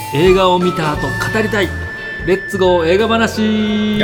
映画を見た後語りたいレッツゴー映画話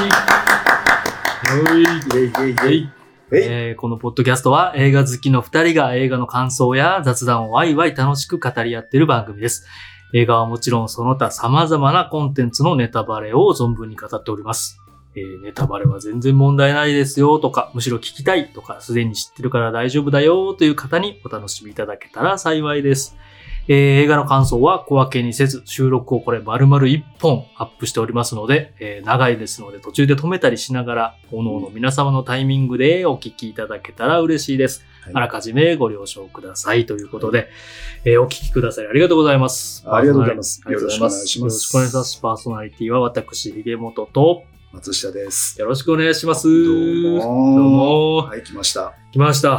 このポッドキャストは映画好きの2人が映画の感想や雑談をワイワイ楽しく語り合っている番組です。映画はもちろんその他様々なコンテンツのネタバレを存分に語っております。ネタバレは全然問題ないですよとか、むしろ聞きたいとか、すでに知ってるから大丈夫だよという方にお楽しみいただけたら幸いです。映画の感想は小分けにせず、収録をこれ丸々1本アップしておりますので、長いですので途中で止めたりしながら、各々皆様のタイミングでお聞きいただけたら嬉しいです。はい、あらかじめご了承くださいということで、お聞きくださりありがとうございます。 ありがとうございます。よろしくお願いします。 よろしくお願いします。パーソナリティは私、ひげもとと松下です。 よろしくお願いします。 どうも。はい、来ました。 来ました。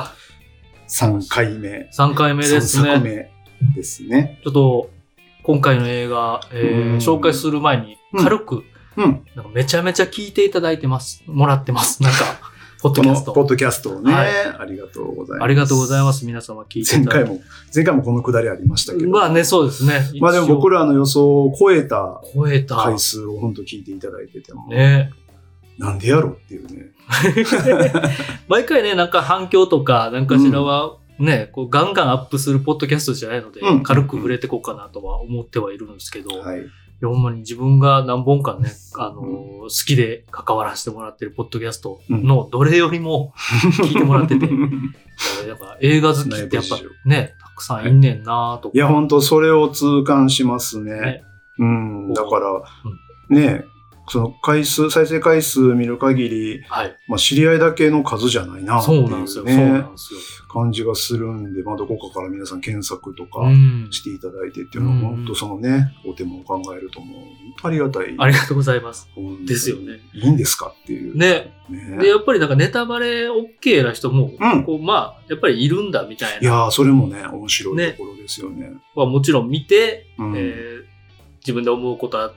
3回目。 3回目ですね。 3作目ですね。 ちょっと、今回の映画、紹介する前に、軽く、なんかめちゃめちゃ聞いていただいてます。もらってます。なんか、ポッドキャスト。 ポッドキャストをね、 はい、 ありがとうございます。 ありがとうございます。皆様聞いていただいて。 前回もこのくだりありましたけど。 まあね、そうですね。 まあでも僕らの予想を超えた回数を本当聞いていただいてても。 ね。 なんでやろっていうね。 毎回ね、なんか反響とか、なんかしらはね、こうガンガンアップするポッドキャストじゃないので、軽く触れていこうかなとは思ってはいるんですけど、 はい、 ほんまに自分が何本かね、好きで関わらせてもらってるポッドキャストのどれよりも聞いてもらってて、やっぱ映画好きってやっぱね、たくさんいんねんなとか。 いや、本当それを痛感しますね。だから、ね、その再生回数見る限り、はい、まあ知り合いだけの数じゃないなっていうね、そうなんですよ。感じがするんで、まあどこかから皆さん検索とかしていただいてっていうのは、本当そのね、お手間を考えるともう、ありがたい。 ありがとうございます。ですよね。 いいんですかっていう。 ね。で、やっぱりなんかネタバレ OK な人も、こうまあ、やっぱりいるんだみたいな。 いやー、それもね、面白いところですよね。 はもちろん見て、自分で思うことあって、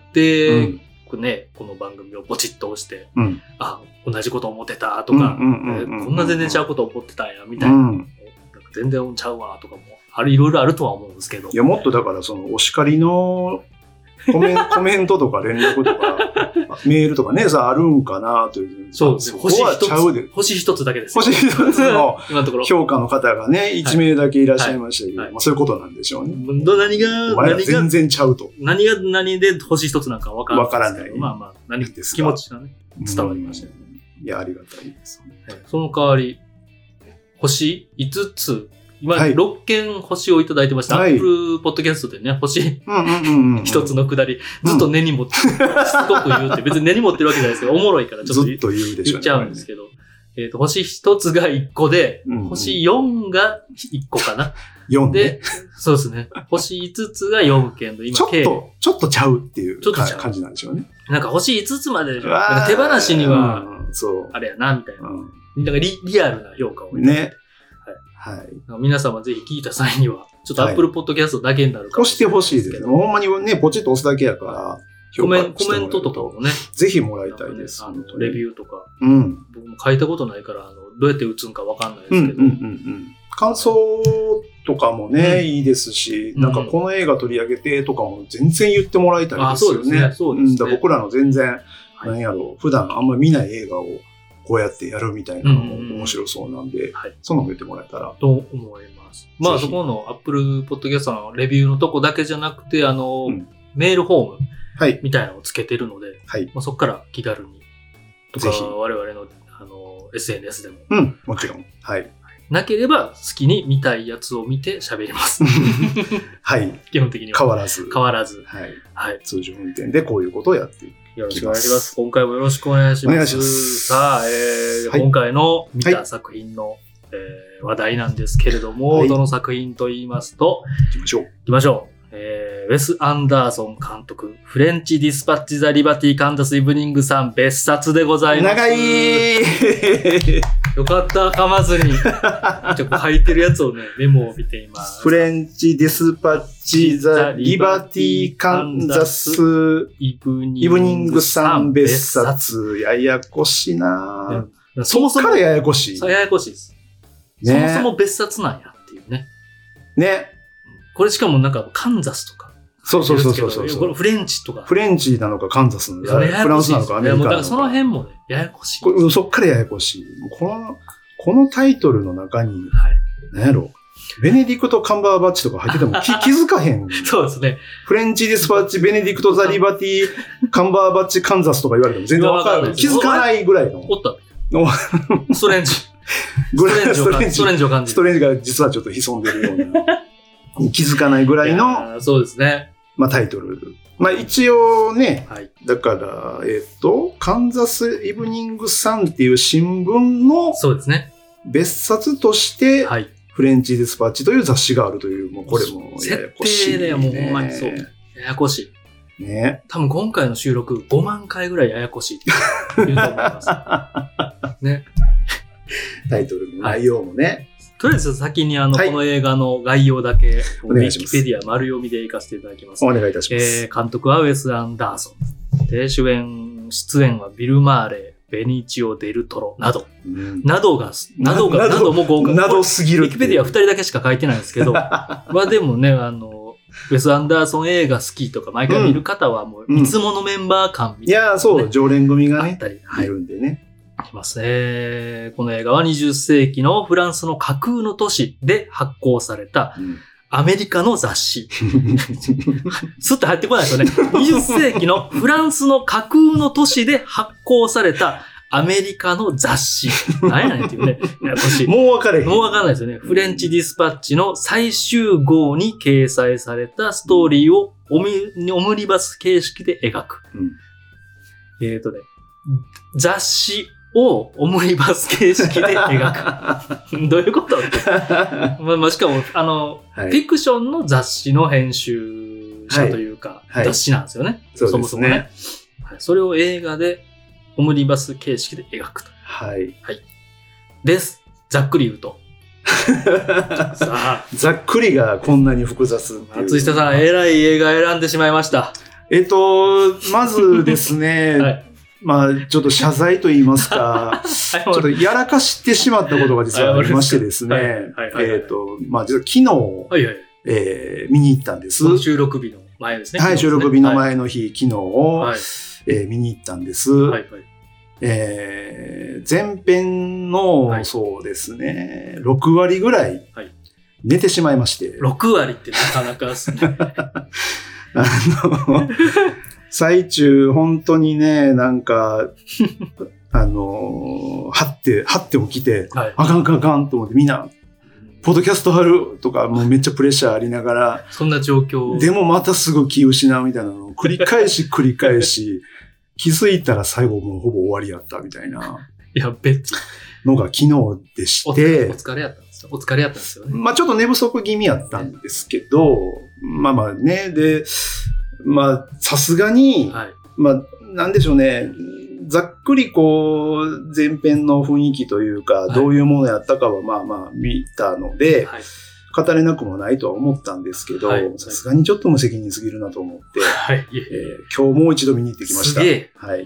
ね、この番組をポチッと押して、あ、同じこと思ってたとか、こんな全然ちゃうこと思ってたんや、みたいな。なんか全然ちゃうわ、とかも、いろいろあるとは思うんですけど。 いや、もっとだから、その、お叱りのコメントとか連絡とか、メールとかね、さ、あるんかなという。 そうですね。星一つだけです。 星一つの評価の方がね、1名だけいらっしゃいましたけど、まあそういうことなんでしょうね。 何が全然ちゃうと。 何が何で星一つなんかわからない。 まあまあ、気持ちがね、伝わりましたね。 いや、ありがたいです。 その代わり、星5つ、今、6件星をいただいてました。Apple Podcast でね、星一つのくだり、ずっと根に持って、しつこく言うって、別に根に持ってるわけじゃないですけど、おもろいからちょっと言っちゃうんですけど、星一つが1個で、星4が1個かな。 4 で、そうですね。星5つが4件で、今、 ちょっとちゃうっていう感じなんでしょうね。 なんか星5つまで、手放しには、あれやな、みたいな。なんかリアルな評価をね。はい。皆様ぜひ聞いた際には、ちょっと Apple Podcast だけになるかもしれない。 押してほしいです。ほんまにね、ポチッと押すだけやから、 コメントとかもね。 ぜひもらいたいです。 レビューとか。僕も書いたことないから、どうやって打つんかわかんないですけど。 感想とかもね、いいですし、なんかこの映画取り上げてとかも全然言ってもらいたいですよね。そうですね。僕らの全然、何やろう、普段あんまり見ない映画を、こうやってやるみたいなのも面白そうなんで、そんなの言ってもらえたら。 と思います。まあそこの Apple Podcast のレビューのとこだけじゃなくて、メールフォームみたいなのをつけてるので、まあそこから気軽に、とか我々のSNS でも。 もちろん。はい。 なければ好きに見たいやつを見て喋ります。 はい。 基本的には。 変わらず。 はい。 通常運転でこういうことをやっていく。 よろしくお願いします。今回もよろしくお願いします。お願いします。さあ、今回の見た作品の、話題なんですけれども、どの作品と言いますと、行きましょう。ウェス・アンダーソン監督、フレンチ・ディスパッチ・ザ・リバティ・カンザス・イブニングさん別冊でございます。 長いよかった、噛まずに。ちょっと書いてるやつをね、メモを見ています。 フレンチ・ディスパッチ・ザ・リバティ・カンザス・イブニングさん別冊。ややこしいなぁ。そもそもからややこしい。 ややこしいです。そもそも別冊なんやっていうね。 ね。 これしかもなんかカンザスとかそう。 これフレンチとか。 フレンチなのかカンザスなのか、フランスなのかアメリカなのか。 だからその辺もね、ややこしい。 そっからややこしい。このタイトルの中に、何やろ、ベネディクト・カンバーバッチとか入ってても気づかへん。 そうですね。 フレンチ・ディスパッチ、ベネディクト・ザ・リバティ、カンバーバッチ、カンザスとか言われても全然わからない。気づかないぐらいの。 おったストレンジ。ストレンジを感じる。 ストレンジが実はちょっと潜んでるような。気づかないぐらいの。 そうですね。 まあタイトル。まあ一応ね、だから、カンザス・イブニング・サンっていう新聞の、 そうですね。 別冊として、フレンチ・ディスパッチという雑誌があるという、もうこれもややこしい、ね。設定でもうほんまにそう。ややこしい。ね。多分今回の収録5万回ぐらいややこしいって言うと思います。ね。タイトルの内容もね。とりあえず先にこの映画の概要だけ、ウィキペディア丸読みでいかせていただきます。お願いいたします。監督はウェス・アンダーソン。で、出演はビル・マーレー、ベニチオ・デルトロなど。なども豪華。などすぎる。ウィキペディア2人だけしか書いてないんですけど、まあでもね、ウェス・アンダーソン映画好きとか毎回見る方はもういつものメンバー感みたいな、ね。いや、そう、常連組がね、いるんでね。いますね。この映画は20世紀のフランスの架空の都市で発行されたアメリカの雑誌。スッと入ってこないですよね。20世紀のフランスの架空の都市で発行されたアメリカの雑誌。何やねんっていうね。もうわかんないですよね。フレンチディスパッチの最終号に掲載されたストーリーをオムニバス形式で描く。雑誌をオムニバス形式で描く。どういうことって。しかも、フィクションの雑誌の編集者というか、雑誌なんですよね。そもそもね。それを映画でオムニバス形式で描くと。はい。です。ざっくり言うと。さあ。ざっくりがこんなに複雑っていう。松下さん、えらい映画選んでしまいました。まずですね、まあ、ちょっと謝罪と言いますか、ちょっとやらかしてしまったことが実はありましてですね、まあ、実は昨日、見に行ったんです。収録日の前ですね。はい、収録日の前の日、昨日を、見に行ったんです。前編の、そうですね、6割ぐらい寝てしまいまして。6割ってなかなかですね。最中、本当にね、なんか、はって起きて、あかんと思って、みんな、ポッドキャスト貼るとか、もうめっちゃプレッシャーありながら、そんな状況でもまたすぐ気失うみたいなのを繰り返し、気づいたら最後もうほぼ終わりやったみたいな。いや、のが昨日でして。お疲れやったんですよね。まあちょっと寝不足気味やったんですけど、まあね、で、まあ、さすがに、まあ、なんでしょうね。ざっくりこう、前編の雰囲気というか、どういうものやったかはまあまあ見たので、語れなくもないとは思ったんですけど、さすがにちょっと無責任すぎるなと思って、今日もう一度見に行ってきました。はい。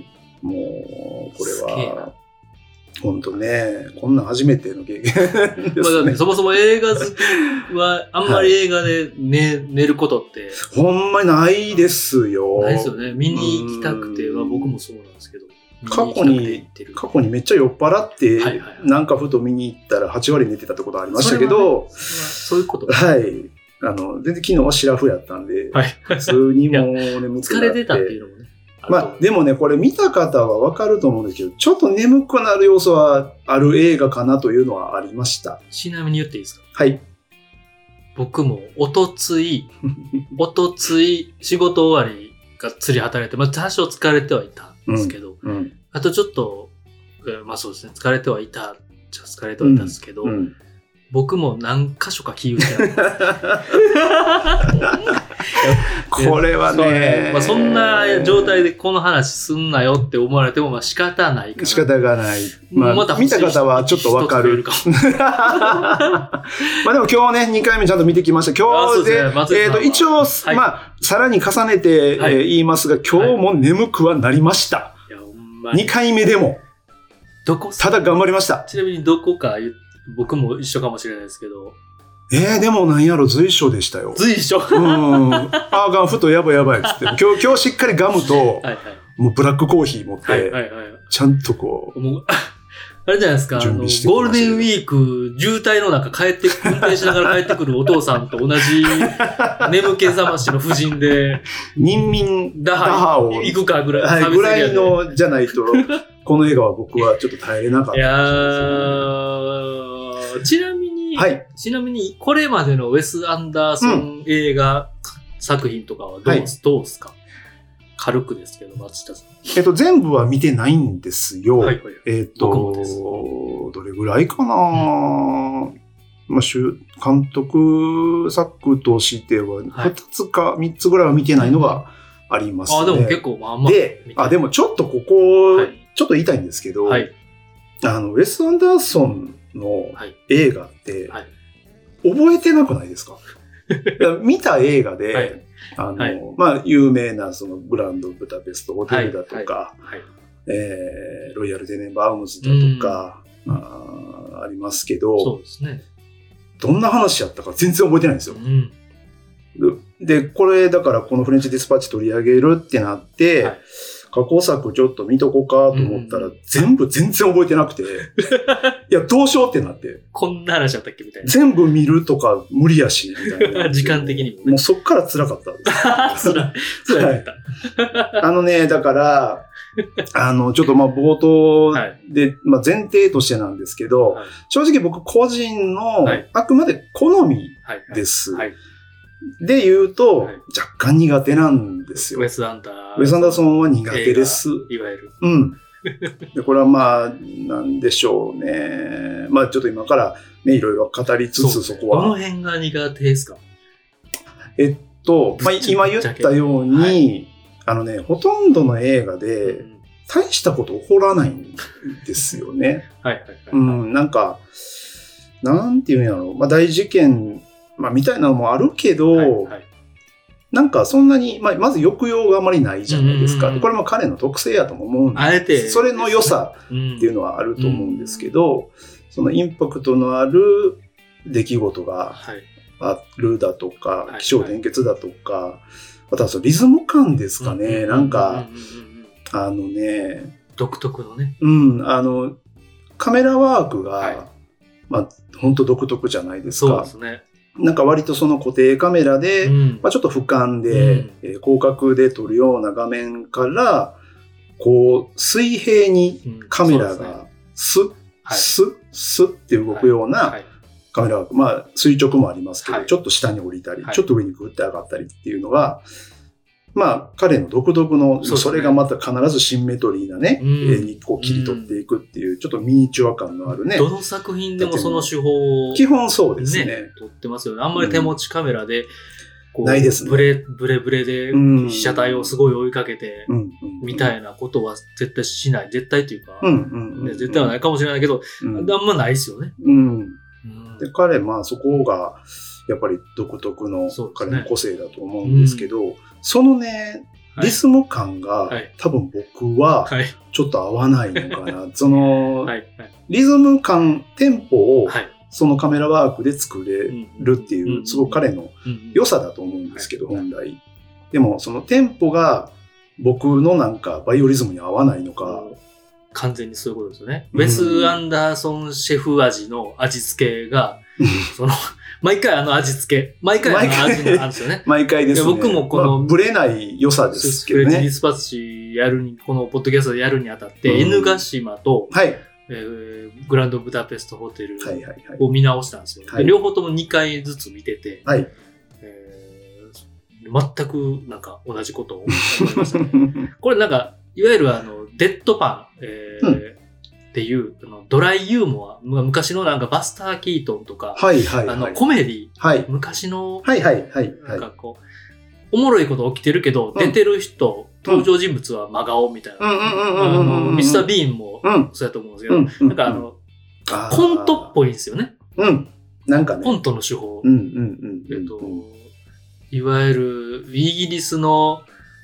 もう、これは、本当ね、こんなん初めての経験ですね。そもそも映画好きは、あんまり映画で寝ることって。ほんまにないですよ。ないですよね。見に行きたくては、僕もそうなんですけど。過去にめっちゃ酔っ払って、なんかふと見に行ったら8割寝てたってことありましたけど、そういうことはい。全然昨日はシラフやったんで、普通にもう眠くなって。疲れてたっていうのもね。まあ、でもね、これ見た方はわかると思うんですけど、ちょっと眠くなる要素はある映画かなというのはありました。ちなみに言っていいですか？はい。僕も、おとつい、仕事終わりがっつり働いて、まあ多少疲れてはいたんですけど、あとちょっと、まあそうですね、疲れてはいたんですけど、僕も何箇所か気を失ったこれはね、まあ、そんな状態でこの話すんなよって思われてもまあ仕方ないかな。仕方がない。まあ、見た方はちょっとわかる。まあでも今日ね、2回目ちゃんと見てきました。今日で、一応、まあ、さらに重ねて言いますが、今日も眠くはなりました。2回目でも。ただ頑張りました。ちなみにどこか僕も一緒かもしれないですけど、 でもなんやろ、随所でしたよ。 随所ガンふとやばいっつって。今日しっかりガムと、はいはい、もうブラックコーヒー持って、はいはいはい、ちゃんとこう。 あれじゃないですか、ゴールデンウィーク、渋滞の中運転しながら帰ってくるお父さんと同じ眠気覚ましの夫人で、 ミンミン打破を行くかぐらい。 はい、ぐらいのじゃないと、この映画は僕はちょっと耐えれなかった。 いやちなみに、これまでのウェス・アンダーソン映画作品とかはどうですか？軽くですけど、松下さん。 全部は見てないんですよ。はいはい、どれぐらいかな、まあ、監督作としては、2つか3つぐらいは見てないのがありますね。 でも結構まあまあ。でもちょっとここ、ちょっと言いたいんですけど、ウェス・アンダーソンの映画って、覚えてなくないですか？見た映画で、まあ、有名なそのグランドブダペストホテルだとか、ロイヤルテネンバームズだとか、ありますけど、 そうですね。 どんな話やったか全然覚えてないんですよ。で、これだからこのフレンチディスパッチ取り上げるってなって、過去作ちょっと見とこうかと思ったら、全然覚えてなくて、いや、どうしようってなって。 こんな話だったっけみたいな。 全部見るとか無理やし、みたいな。 時間的にもね。 もうそっから辛かったんです。 辛かった。 だから、ちょっとまあ冒頭で、まあ前提としてなんですけど、正直僕個人のあくまで好みです。で言うと、若干苦手なんですよ。 ウェス・アンダーソンは苦手です。 いわゆる。 でこれはまあ、なんでしょうね。まあちょっと今からね、いろいろ語りつつ、そこは。 どの辺が苦手ですか？ まあ今言ったように、ほとんどの映画で、大したこと起こらないんですよね。なんか、なんていうんやろう。まあ大事件、まあ、みたいなのもあるけど、なんかそんなに、まず抑揚があまりないじゃないですか。これも彼の特性やとも思うんで、 あえてそれの良さっていうのはあると思うんですけど、そのインパクトのある出来事があるだとか、起承転結だとか、あとはそのリズム感ですかね。なんか、 独特のね。 カメラワークが、まあ、本当独特じゃないですか。 そうですね。 なんか割とその固定カメラで、まあ、ちょっと俯瞰で、広角で撮るような画面から、こう、水平にカメラがスッって動くようなカメラワーク。まあ、垂直もありますけど、ちょっと下に降りたり、ちょっと上にグッて上がったりっていうのが、まあ、彼の独特の、それがまた必ずシンメトリーなね、絵にこう切り取っていくっていう、ちょっとミニチュア感のあるね。 どの作品でもその手法を、 基本そうですね。 撮ってますよね。あんまり手持ちカメラで、 ないですね。 ブレで被写体をすごい追いかけて、みたいなことは絶対しない。絶対というか、絶対はないかもしれないけど、あんまないですよね。 で、彼、まあそこが、やっぱり独特の彼の個性だと思うんですけど、そのね、リズム感が多分僕はちょっと合わないのかな。その、リズム感、テンポをそのカメラワークで作れるっていう、すごく彼の良さだと思うんですけど、本来。でもそのテンポが僕のなんかバイオリズムに合わないのか。 完全にそういうことですよね。ウェス・アンダーソンシェフ味の味付けが、その、毎回味付け。毎回味なんですよね。 毎回ですね。 僕もこの、 ブレない良さですけどね。 フレンチディスパッチやるに、このポッドキャストでやるにあたって、N ヶ島と、グランドブダペストホテルを見直したんですよ。両方とも2回ずつ見てて、全くなんか同じことを思いましたね。これなんか、いわゆるデッドパン、っていうドライユーモア、昔のなんかバスター・キートンとか、コメディ、昔の、なんかこう、おもろいこと起きてるけど、出てる人、登場人物は真顔みたいな。ミスター・ビーンもそうやと思うんですけど、なんかコントっぽいんですよね。 なんかね。 コントの手法。いわゆる、イギリスの、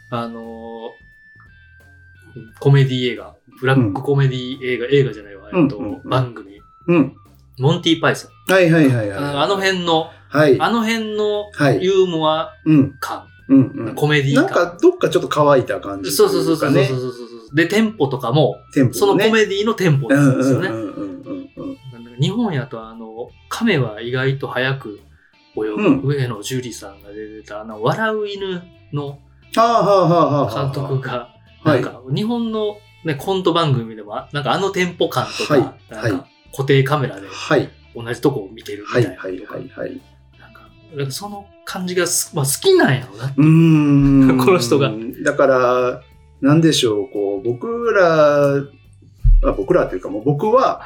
コメディ映画、ブラックコメディ映画じゃないわ、番組。モンティ・パイソン。あの辺のはい。 あの辺のユーモア感。コメディ感。 なんかどっかちょっと乾いた感じ、ね。 そう。で、テンポとかも、そのコメディのテンポなんですよね。日本やと亀は意外と早く泳ぐ上野樹里さんが出てた、笑う犬の監督が、なんか日本のね、コント番組でも、なんかテンポ感とか、なんか固定カメラで同じとこを見てるみたいな。なんかその感じが好きなんやろなって。この人が。 だから、なんでしょう、こう、僕らっていうかもう僕は、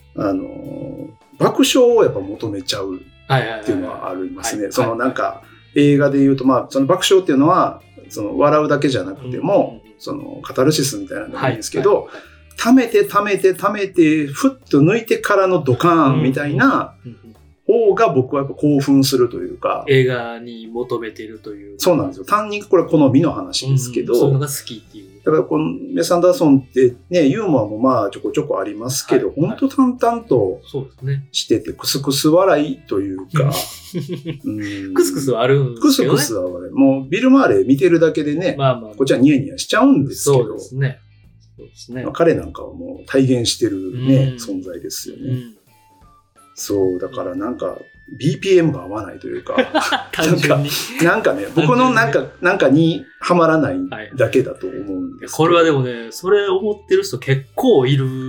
爆笑をやっぱ求めちゃうっていうのはありますね。そのなんか映画で言うと、その爆笑っていうのは、その笑うだけじゃなくても、そのカタルシスみたいなのがいいんですけど、溜めて、ふっと抜いてからのドカーンみたいな方が僕はやっぱ興奮するというか。 映画に求めてるという。 そうなんですよ。単にこれは好みの話ですけど。 そういうのが好きっていう。 だからこのメス・アンダーソンってね、ユーモアもちょこちょこありますけど、本当淡々としてて、クスクス笑いというか。 クスクスはあるんですよね。 クスクスは笑い。もうビル・マーレー見てるだけでね、こっちはニヤニヤしちゃうんですけど。そうですね。彼なんかはもう体現してるね、存在ですよね。そう、だからなんか BPM が合わないというか、なんかね、僕のなんかにはまらないだけだと思うんですけど。 これはでもね、それ思ってる人結構いると思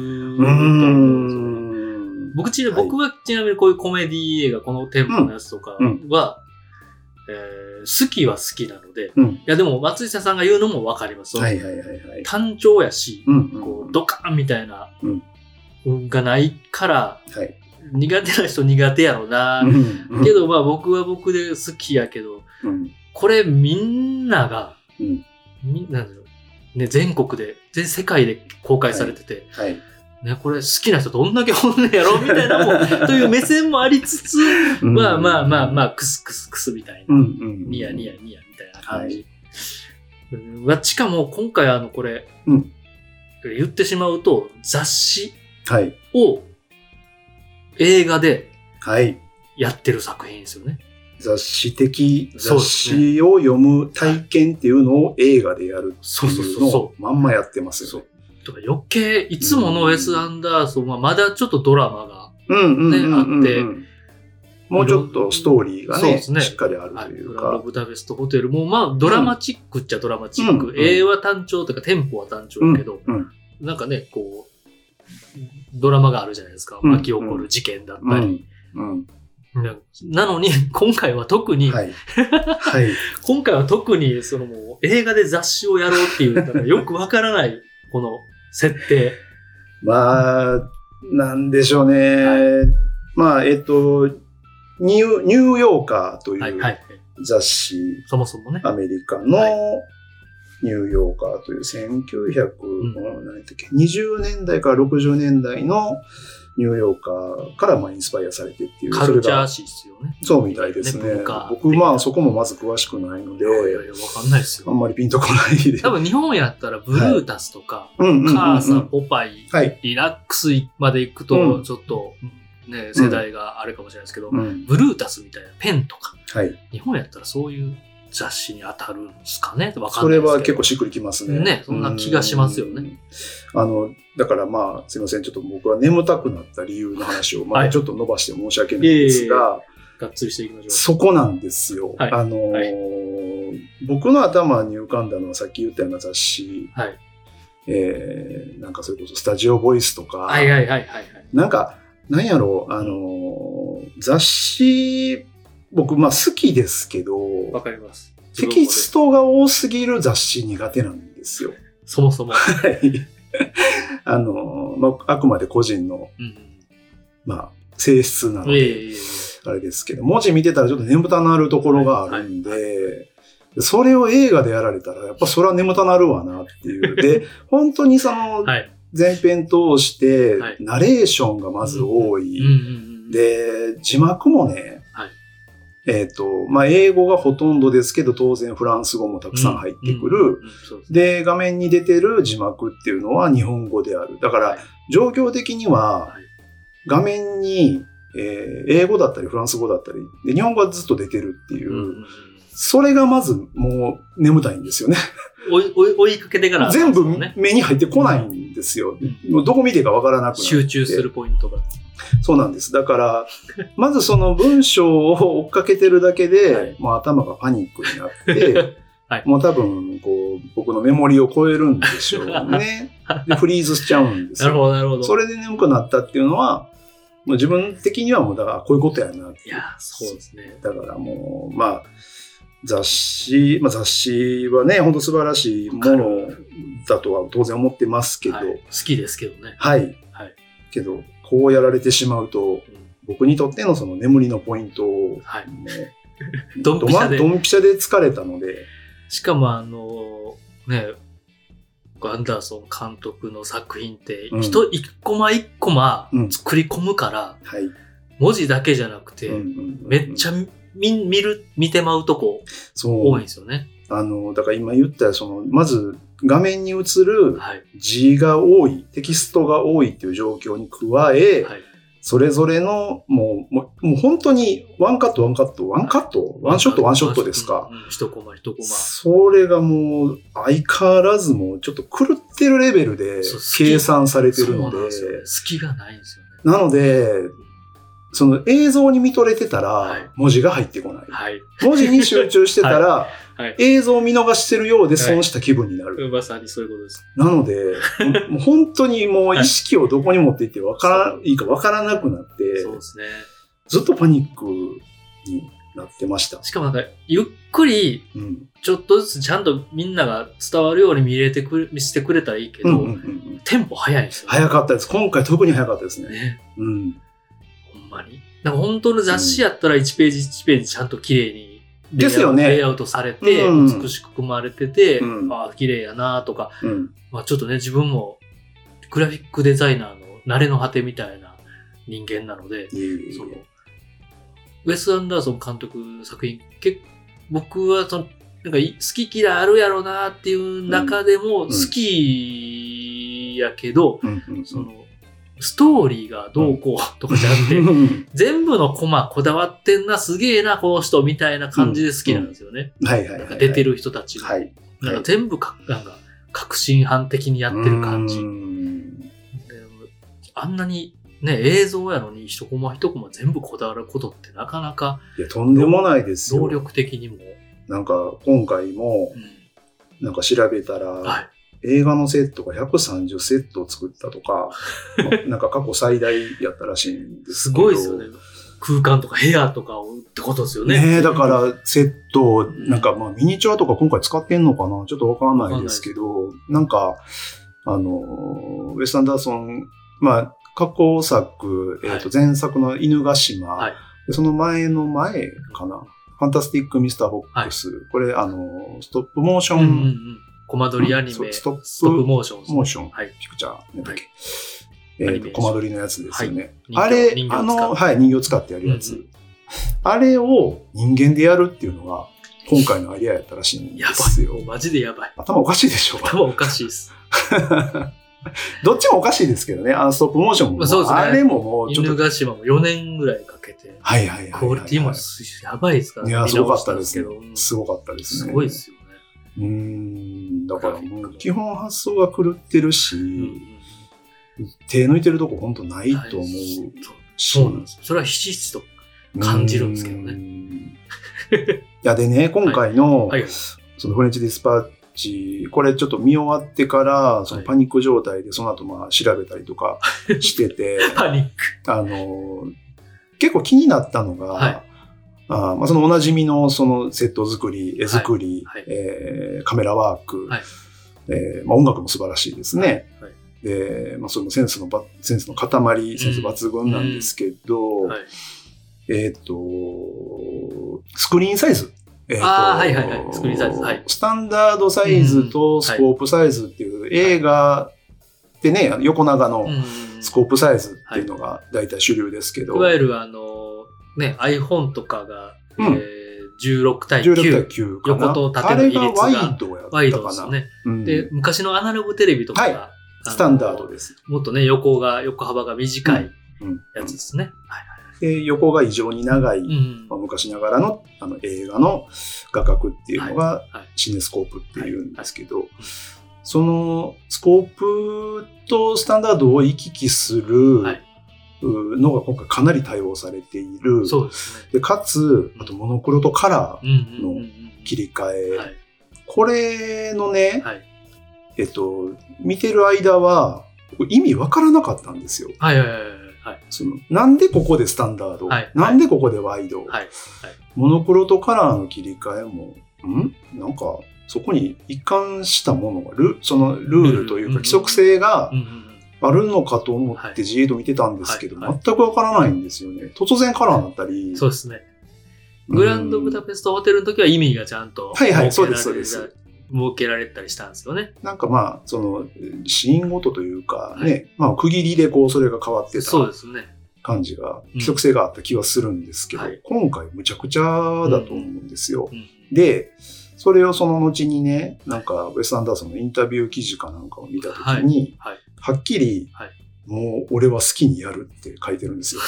うんですよね。僕はちなみにこういうコメディ映画、このテンポのやつとかは、好きは好きなので、いやでも松下さんが言うのもわかります。単調やし、こうドカーンみたいな、がないから、苦手な人苦手やろな。けど僕は僕で好きやけど、これみんなが、全国で、全世界で公開されてて、これ好きな人どんだけおんねやろみたいなもん、という目線もありつつ、クスクスクスみたいな、ニヤニヤニヤみたいな感じ。しかも今回これ、言ってしまうと雑誌を映画でやってる作品ですよね。 雑誌を読む体験っていうのを映画でやるっていうのをまんまやってますよね。 とか余計、いつものウェス・アンダーソンはまだちょっとドラマがあって、 もうちょっとストーリーがね、しっかりあるというか。 グランドブダペストホテルもドラマチックっちゃドラマチック。絵は単調というかテンポは単調だけど、なんかね、こう、ドラマがあるじゃないですか。巻き起こる事件だったり。なのに、今回は特に、今回は特に、そのもう映画で雑誌をやろうっていう、よくわからない、この設定。 なんでしょうね。ニューヨーカーという雑誌。 そもそもね。 アメリカのニューヨーカーという1920年代から60年代のニューヨーカーからインスパイアされてっていう。 カルチャー誌ですよね。 そうみたいですね。僕そこもまず詳しくないので。 わかんないですよ。 あんまりピンとこないで。 多分日本やったらブルータスとか、カーサ、ポパイ、リラックスまで行くと、ちょっとね、世代があれかもしれないですけど、ブルータスみたいなペンとか、日本やったらそういう雑誌に当たるんですかね。わかんないですけど。 それは結構しっくりきますね。 ね、そんな気がしますよね。 だからすいません。ちょっと僕は眠たくなった理由の話をまだちょっと伸ばして申し訳ないんですが、 がっつりしていきましょう。 そこなんですよ。僕の頭に浮かんだのはさっき言ったような雑誌、なんかそれこそスタジオボイスとか、なんか、なんやろう、雑誌、僕、好きですけど、 わかります。 テキストが多すぎる雑誌苦手なんですよ。 そもそも。 あくまで個人の、性質なので、あれですけど、文字見てたらちょっと眠たなるところがあるんで、それを映画でやられたら、やっぱそれは眠たなるわなっていう。で、本当に前編通して、ナレーションがまず多い。で、字幕もね、英語がほとんどですけど、当然フランス語もたくさん入ってくる。で、画面に出てる字幕っていうのは日本語である。だから、状況的には、画面に、 英語だったりフランス語だったり、で日本語はずっと出てるっていう、それがまずもう眠たいんですよね。 追いかけてから、ね、 全部目に入ってこないんですよ。もうどこ見ていいかわからなくなって。 集中するポイントが。 そうなんです。だから、まずその文章を追っかけてるだけで、はい、もう頭がパニックになって、はい、もう多分、僕のメモリを超えるんでしょうね。で、フリーズしちゃうんですよ。 なるほど、なるほど。 それで眠くなったっていうのは、もう自分的にはもうだからこういうことやなって。 いや、そうですね。 だからもう、雑誌はね、本当素晴らしいものだとは当然思ってますけど。はい、 好きですけどね。 はい。はい。けど、こうやられてしまうと、僕にとってのその眠りのポイントを、はい、 ドンピシャで疲れたので。 しかもね、アンダーソン監督の作品って、一コマ一コマ作り込むから、はい、文字だけじゃなくて、めっちゃ見てまうとこ多いんですよね。 だから今言ったまず画面に映る字が多い、テキストが多いっていう状況に加え、はい、それぞれのもう本当にワンショットですか。 一コマ一コマ。 それがもう相変わらずもうちょっと狂ってるレベルで計算されてるので。 隙がないんですよね。 なので、その映像に見とれてたら文字が入ってこない。はい、文字に集中してたら、はい、映像を見逃してるようで損した気分になる。 はい、まさにそういうことです。 なので、もう本当にもう意識をどこに持っていっていいかわからなくなって、 そうですね。 ずっとパニックになってました。 しかもゆっくり、ちょっとずつちゃんとみんなが伝わるように見せてくれたらいいけど、テンポ早いですよね。 早かったです。今回特に早かったですね。 ほんまに。なんか本当の雑誌やったら1ページ1ページちゃんと綺麗にですよね。 レイアウトされて、美しく組まれてて、綺麗やなとか、ちょっとね、自分もグラフィックデザイナーの慣れの果てみたいな人間なので、ウェス・アンダーソン監督の作品、僕はなんか好き嫌いあるやろなっていう中でも好きやけど、ストーリーがどうこうとかじゃなくて、全部のコマこだわってんな、すげえな、この人みたいな感じで好きなんですよね。出てる人たちが。なんか全部なんか革新犯的にやってる感じ。あんなにね、映像やのに一コマ一コマ全部こだわることってなかなか。 いや、とんでもないですよ。 労力的にも。 なんか今回も、なんか調べたら、映画のセットが130セットを作ったとか、なんか過去最大やったらしいんですけど。 すごいですよね。空間とか部屋とかをってことですよね。 ねえ、だからセット、なんかミニチュアとか今回使ってんのかなちょっとわかんないですけど、なんか、ウェス・アンダーソン、過去作、前作の犬ヶ島、その前の前かな。ファンタスティック・ミスター・フォックス。これ、ストップモーション、 コマ撮りアニメ、ストップモーション。 モーション。ピクチャー。なんだっけ。コマ撮りのやつですよね。あれ、人形を使ってやるやつ。あれを人間でやるっていうのが、今回のアイデアやったらしいんですよ。 やばい。マジでやばい。 頭おかしいでしょ。 頭おかしいです。 どっちもおかしいですけどね。ストップモーションも。そうですね。あれももうちょっと。 犬ヶ島も4年ぐららいかけて。クオリティもやばいですからね。いや、すごかったですけど。すごかったですね。 すごいですよね。 だからもう基本発想が狂ってるし、手抜いてるとこ本当ないと思う。 そうなんです。それはひしひしと感じるんですけどね。 いやでね、今回のそのフレンチディスパッチ、これちょっと見終わってからそのパニック状態でその後調べたりとかしてて、 パニック。 結構気になったのが、そのおなじみのそのセット作り、絵作り、カメラワーク、音楽も素晴らしいですね。で、そのセンスの塊、センス抜群なんですけど、スクリーンサイズ。 スクリーンサイズ。 スタンダードサイズとスコープサイズっていう映画ってね、横長のスコープサイズっていうのが大体主流ですけど。 いわゆるiPhone とかが、16対9。横と縦の比率が。 あれがワイドやったかな。 ワイドですね。で、昔のアナログテレビとかが、 スタンダードです。 もっとね、横幅が短いやつですね。 で、横が異常に長い、昔ながらの映画の画角っていうのがシネスコープっていうんですけど、そのスコープとスタンダードを行き来するのが今回かなり対応されている。 そうですね。 で、かつ、あとモノクロとカラーの切り替え。これのね、見てる間は意味わからなかったんですよ。なんでここでスタンダード、なんでここでワイド、モノクロとカラーの切り替えも、なんかそこに一貫したものがそのルールというか規則性があるのかと思ってじーっと見てたんですけど、全くわからないんですよね。突然カラーになったり。 そうですね。グランドブダペストホテルの時は意味がちゃんと設けられたりしたんですよね。 なんかまあ、その、シーンごとというかね、まあ区切りでこうそれが変わってた感じが、規則性があった気はするんですけど、今回むちゃくちゃだと思うんですよ。で、それをその後にね、なんかウェス・アンダーソンのインタビュー記事かなんかを見たときに、はっきり、もう俺は好きにやるって書いてるんですよ。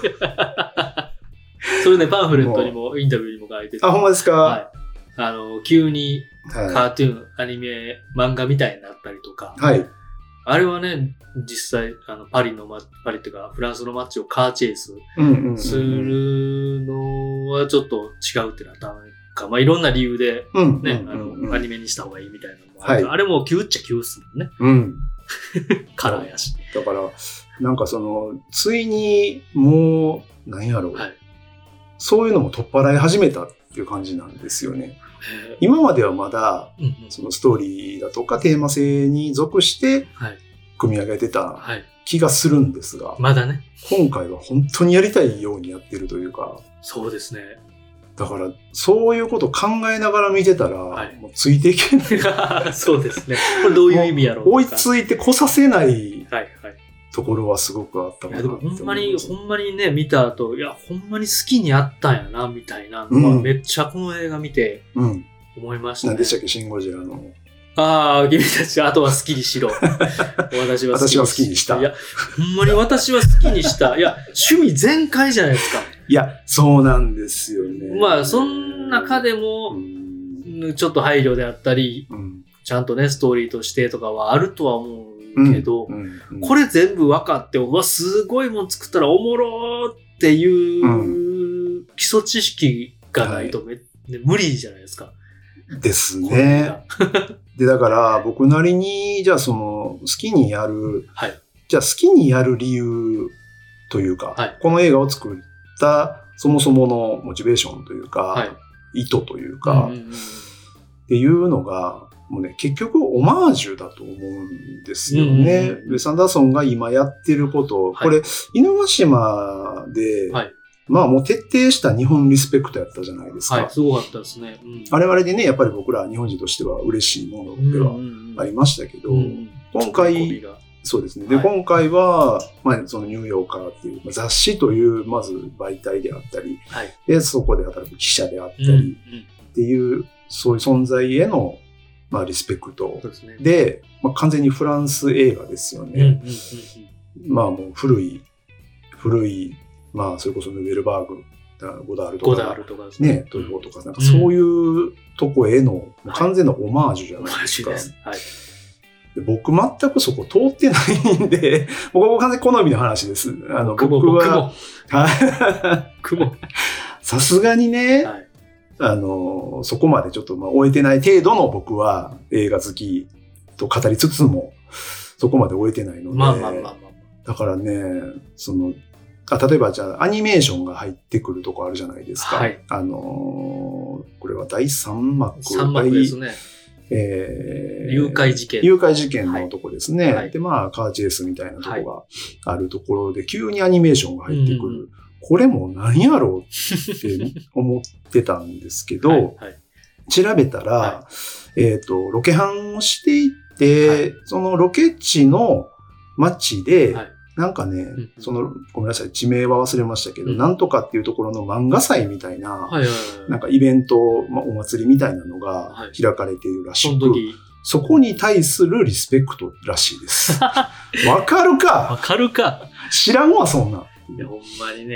それね、パンフレットにもインタビューにも書いてて。 あ、ほんまですか？ 急にカートゥーン、アニメ、漫画みたいになったりとか。あれはね、実際、パリっていうか、フランスの街をカーチェイスするのはちょっと違うってなったのか。まあ、いろんな理由で、ね、アニメにした方がいいみたいなのもある。あれも急っちゃ急っすもんね。カラーやし。 だから、なんかついにもう、なんやろう。そういうのも取っ払い始めたっていう感じなんですよね。今まではまだ、そのストーリーだとかテーマ性に属して組み上げてた気がするんですが、 まだね。 今回は本当にやりたいようにやってるというか。 そうですね。 だから、そういうことを考えながら見てたら、もうついていけない。 そうですね。これどういう意味やろうとか。 追いついてこさせないところはすごくあったかなって思います。 でもほんまにね、見た後、いや、ほんまに好きにやったんやな、みたいなのは、めっちゃこの映画見て、思いましたね。 何でしたっけ、シン・ゴジラの。 ああ、君たち、あとは好きにしろ。私は好きにした。 いや、ほんまに私は好きにした。いや、趣味全開じゃないですか。 いや、そうなんですよね。 まあ、そん中でも、ちょっと配慮であったり、ちゃんとね、ストーリーとしてとかはあるとは思うけど、これ全部分かって、すごいもん作ったらおもろーっていう基礎知識がないと無理じゃないですか。 ですね。で、だから僕なりに、じゃあ好きにやる、じゃあ好きにやる理由というか、この映画を作ったそもそものモチベーションというか、意図というか、っていうのが、もうね、結局オマージュだと思うんですよね。ウェス・アンダーソンが今やってること、これ、犬ヶ島で、まあもう徹底した日本リスペクトやったじゃないですか。 すごかったですね。 あれあれでね、やっぱり僕ら日本人としては嬉しいものではありましたけど、今回、そうですね。で、今回は、まあそのニューヨーカーっていう雑誌というまず媒体であったり、で、そこで働く記者であったりっていう、そういう存在へのまあリスペクトで、まあ完全にフランス映画ですよね。まあもう古い、まあ、それこそヌベルバーグ、ゴダールとか、ね、トリフォーとか、なんかそういうとこへの完全なオマージュじゃないですか。で僕全くそこ通ってないんで、僕は完全に好みの話です。僕は、さすがにね、そこまでちょっと終えてない程度の僕は映画好きと語りつつも、そこまで終えてないので、だからね、例えばじゃあアニメーションが入ってくるとこあるじゃないですか。これは第3幕。 3幕ですね。誘拐事件のとこですね。で、まあ、カーチェイスみたいなとこがあるところで、急にアニメーションが入ってくる。これも何やろうって思ってたんですけど、調べたら、ロケハンをしていって、そのロケ地の街で、なんかね、ごめんなさい、地名は忘れましたけど、なんとかっていうところの漫画祭みたいな、なんかイベント、お祭りみたいなのが開かれているらしく、そこに対するリスペクトらしいです。わかるか知らんわ、そんな。いや、ほんまにね。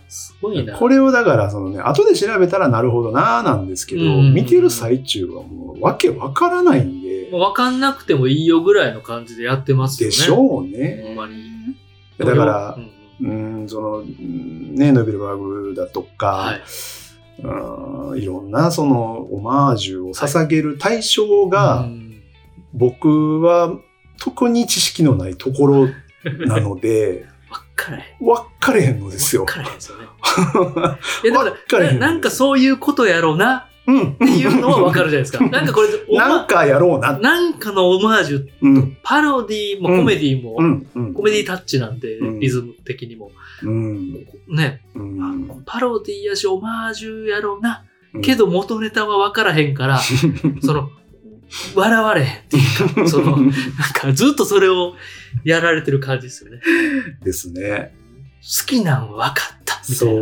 すごいな。 これをだからそのね、後で調べたらなるほどなーなんですけど、見てる最中はもうわけわからないんで。 もうわかんなくてもいいよぐらいの感じでやってますよね。 でしょうね。 ほんまに。 だから、その、ね、ノーベルバーグだとか、いろんなそのオマージュを捧げる対象が、僕は特に知識のないところなので、わかれへんのですよ。 わかれへんですよね。だからなんかそういうことやろうなっていうのはわかるじゃないですか。なんかこれ、 なんかやろうな。 なんかのオマージュ、パロディもコメディも、コメディタッチなんで、リズム的にも。ね、パロディやしオマージュやろうな。けど元ネタはわからへんから、その、笑われへんっていうか、その、なんかずっとそれをやられてる感じですよね。 ですね。 好きなんは分かったみたいな。 そう。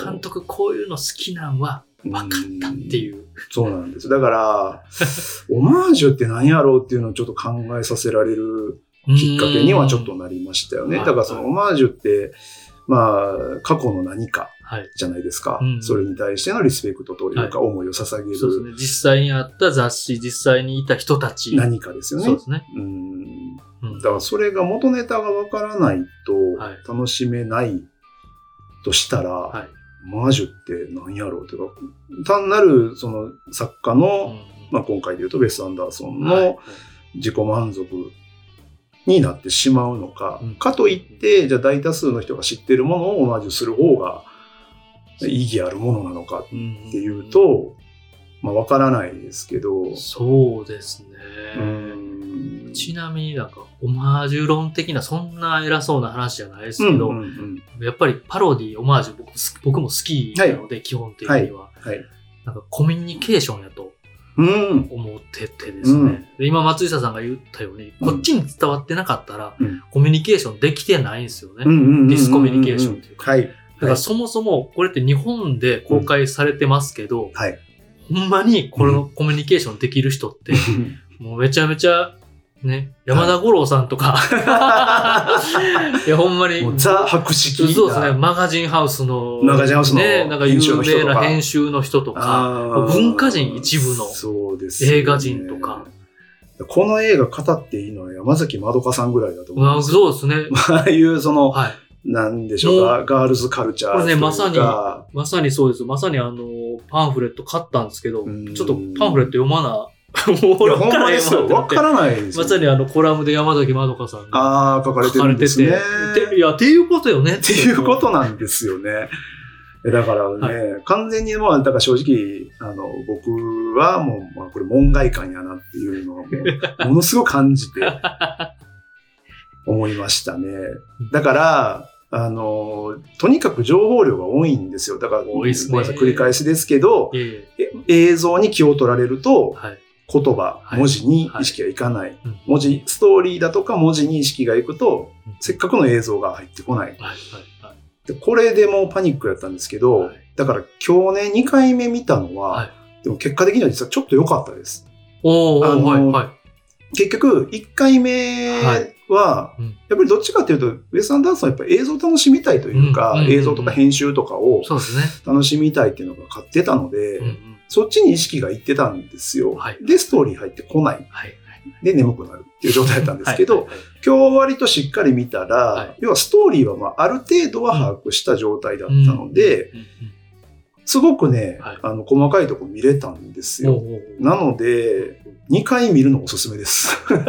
監督こういうの好きなんは分かったっていう。 そうなんです。だから、オマージュって何やろうっていうのをちょっと考えさせられるきっかけにはちょっとなりましたよね。だからそのオマージュって、まあ、過去の何かじゃないですか。それに対してのリスペクトというか、思いを捧げる。 そうですね。実際にあった雑誌、実際にいた人たち。 何かですよね。 そうですね。 だからそれが元ネタがわからないと楽しめないとしたら、オマージュって何やろうというか、単なるその作家の、まあ今回で言うとウェス・アンダーソンの自己満足になってしまうのか、かといって、じゃあ大多数の人が知っているものをオマージュする方が意義あるものなのかっていうと、まあわからないですけど。 そうですね。ちなみになんかオマージュ論的なそんな偉そうな話じゃないですけど、やっぱりパロディ、オマージュ僕も好きなので、基本的には。なんかコミュニケーションやと思っててですね。で今松下さんが言ったように、こっちに伝わってなかったら、コミュニケーションできてないんですよね。ディスコミュニケーションっていうか。だからそもそもこれって日本で公開されてますけど、ほんまにこのコミュニケーションできる人って、もうめちゃめちゃね、山田五郎さんとか、いやほんまにザ博識。 そうですね、マガジンハウスのね、なんか有名な編集の人とか、文化人一部の映画人とか。 この映画語っていいのは山崎まどかさんぐらいだと思うんですよ。そうですね。 ああいうその、なんでしょうか、ガールズカルチャーとか。これね、 まさにそうです。まさにパンフレット買ったんですけど、ちょっとパンフレット読まな、 もうわからないですよ。わからないですよ。 まさにコラムで山崎まどかさんが書かれてるんですね。 いや、っていうことよね。 っていうことなんですよね。だからね、完全にもう、だから正直、僕はもう、まあ、これ門外漢やなっていうのはもう、ものすごく感じて、思いましたね。だから、とにかく情報量が多いんですよ。だから、ごめんなさい、繰り返しですけど、映像に気を取られると、言葉、文字に意識がいかない。文字、ストーリーだとか文字に意識がいくと、せっかくの映像が入ってこない。でこれでもうパニックやったんですけど、だから今日ね、2回目見たのは、でも結果的には実はちょっと良かったです。結局、1回目は、やっぱりどっちかというと、ウェス・アンダーソンはやっぱり映像を楽しみたいというか、映像とか編集とかを楽しみたいっていうのが勝ってたので、そっちに意識がいってたんですよ。で、ストーリー入ってこない。で、眠くなるっていう状態だったんですけど、今日割としっかり見たら、要はストーリーはまあある程度は把握した状態だったので、すごくね、細かいとこ見れたんですよ。なので、2回見るのおすすめです。 だ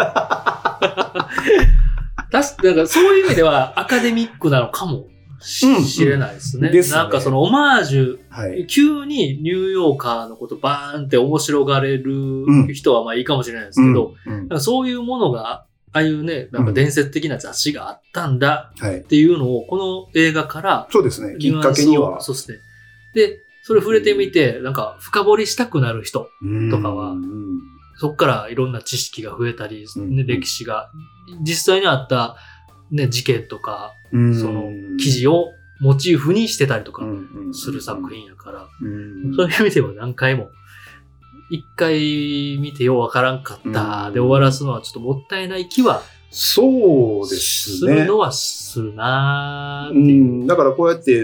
からそういう意味ではアカデミックなのかもしれないですね。なんかそのオマージュ、急にニューヨーカーのことバーンって面白がれる人はまあいいかもしれないですけど、なんかそういうものが、ああいうね、なんか伝説的な雑誌があったんだっていうのを、この映画から、 そうですね、きっかけには。 そうですね。で、それ触れてみて、なんか深掘りしたくなる人とかは、そこからいろんな知識が増えたり、ね、歴史が、実際にあった、ね、事件とか、その記事をモチーフにしてたりとかする作品やから、そういう意味では何回も、一回見てようわからんかったで終わらすのはちょっともったいない気は、 そうですね。 するのはするなーっていう。 だからこうやって、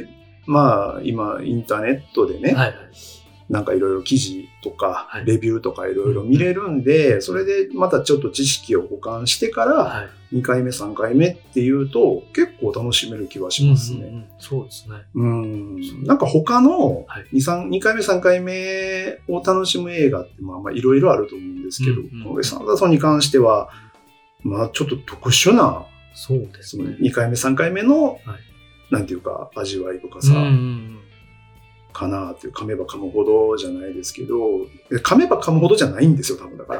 まあ今インターネットでね、 はいはい、 なんかいろいろ記事とか、 はい、 レビューとかいろいろ見れるんで、それでまたちょっと知識を補完してから、2回目、3回目っていうと、結構楽しめる気はしますね。 そうですね。 なんか他の2回目、3回目を楽しむ映画ってまあいろいろあると思うんですけど、ウェス・アンダーソンに関しては、まあちょっと特殊な、 そうですね。 2回目、3回目の、なんていうか、味わい深さ。かなっていう、噛めば噛むほどじゃないですけど、噛めば噛むほどじゃないんですよ、多分だから。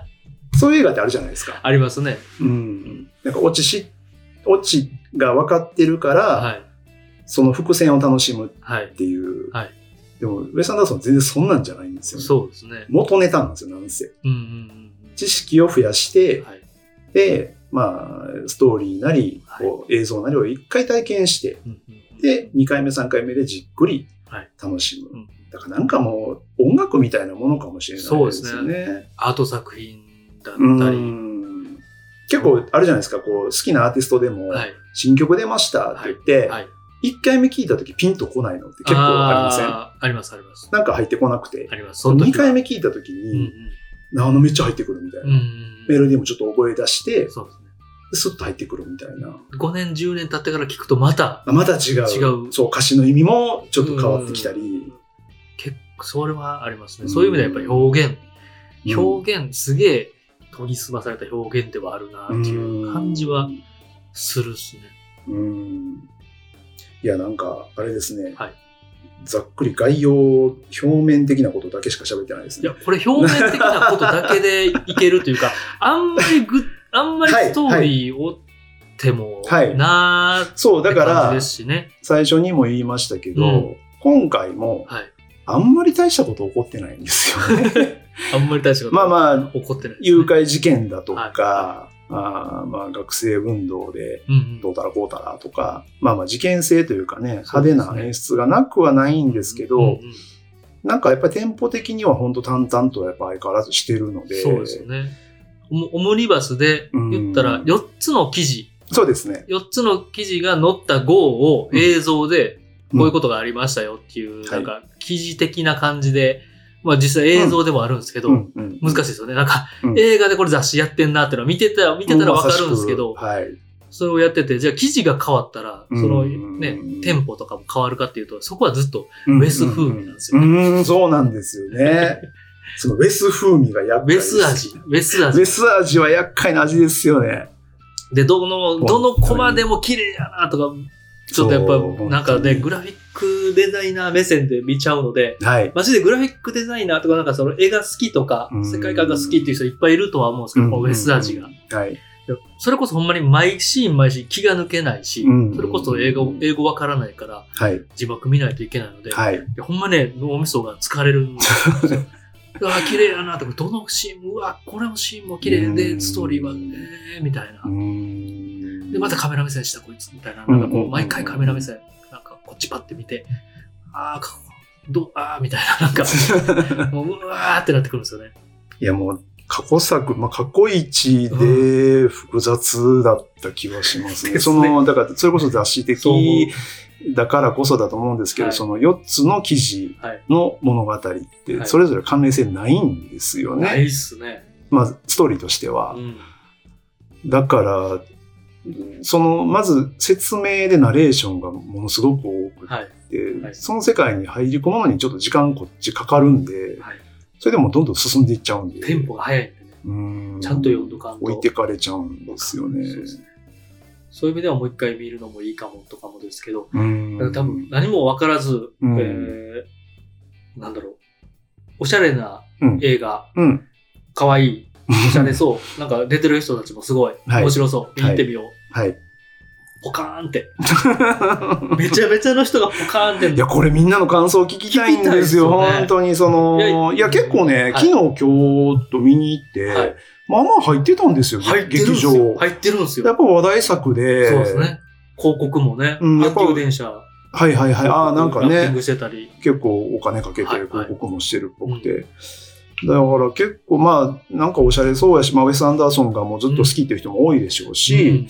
そういう映画ってあるじゃないですか。 ありますね。 なんかオチが分かってるから、その伏線を楽しむっていう。でも、ウェス・アンダーソンは全然そんなんじゃないんですよね。 そうですね。 元ネタなんですよ、なんせ。知識を増やして、で、まあ、ストーリーなり、こう映像なりを一回体験して、で、2回目、3回目でじっくり楽しむ。だからなんかもう音楽みたいなものかもしれないですよね。そうですね。 アート作品だったり。 結構あるじゃないですか、こう好きなアーティストでも、新曲出ましたって言って、1回目聞いたときピンとこないのって結構ありません？ ありますあります。 なんか入ってこなくて。 あります。 2回目聞いたときに、めっちゃ入ってくるみたいな。メロディーもちょっと覚え出して、そうですね。スッと入ってくるみたいな。 5年、10年経ってから聞くとまた違う。そう、歌詞の意味もちょっと変わってきたり。 結構、それはありますね。そういう意味ではやっぱり表現、すげえ研ぎ澄まされた表現ではあるなっていう感じはするしね。 いや、なんか、あれですね。ざっくり概要、表面的なことだけしか喋ってないですね。 いや、これ表面的なことだけでいけるというか、あんまりストーリーを追ってもなーって感じですしね。 そう、だから、最初にも言いましたけど、今回も、あんまり大したこと起こってないんですよね。 あんまり大したこと起こってない、 誘拐事件だとか、まあ学生運動でどうたらこうたらとか、まあ事件性というかね、派手な演出がなくはないんですけど、なんかやっぱりテンポ的には本当淡々とやっぱ相変わらずしてるので。 そうですね。オムニバスで言ったら4つの記事。 そうですね。 4つの記事が載った号を映像でこういうことがありましたよっていう、なんか記事的な感じで、まあ実際映像でもあるんですけど、難しいですよね。なんか映画でこれ雑誌やってんなってのは見てたらわかるんですけど、それをやってて、じゃあ記事が変わったら、そのね、テンポとかも変わるかっていうと、そこはずっとウェス風味なんですよね。 そうなんですよね。そのウェス風味が厄介です。ウェス味は厄介な味ですよね。 で、どのコマでも綺麗やなとか、ちょっとやっぱ、なんかね、グラフィックデザイナー目線で見ちゃうので、マジでグラフィックデザイナーとかなんかその絵が好きとか、世界観が好きっていう人いっぱいいるとは思うんですけど、ウェス味が。それこそほんまに毎シーン気が抜けないし、それこそ英語わからないから、字幕見ないといけないので、ほんまね、脳みそが疲れるんですよ。うわ、綺麗やなとか、どのシーン、うわ、これのシーンも綺麗で、ストーリーは、みたいな。で、またカメラ目線したこいつ、みたいな。なんかこう、毎回カメラ目線、なんかこっちパッて見て、みたいな、なんか、もう、うわーってなってくるんですよね。 いや、もう、過去作、過去一で複雑だった気はしますね。だから、それこそ雑誌的だからこそだと思うんですけど、その4つの記事の物語って、それぞれ関連性ないんですよね。 ないっすね。 まあ、ストーリーとしては。だから、まず説明でナレーションがものすごく多くて、その世界に入り込むのにちょっと時間こっちかかるんで、それでもどんどん進んでいっちゃうんで。 テンポが速いんでね。ちゃんと読んどかんと。 置いてかれちゃうんですよね。 そういう意味ではもう一回見るのもいいかもとかもですけど、多分何も分からず、なんだろう、おしゃれな映画、可愛い、おしゃれそう、なんか出てる人たちもすごい面白そう、見てみよう。ポカーンって。めちゃめちゃの人がポカーンって。 いや、これみんなの感想聞きたいんですよ、本当に。いや、結構ね、昨日今日と見に行って、まあまあ入ってたんですよ、劇場。 入ってるんですよ。 やっぱ話題作で。 そうですね。広告もね、阪急電車。 なんかね、 結構お金かけて広告もしてるっぽくて。だから結構まあ、なんかおしゃれそうやし、ウェス・アンダーソンがもうずっと好きっていう人も多いでしょうし、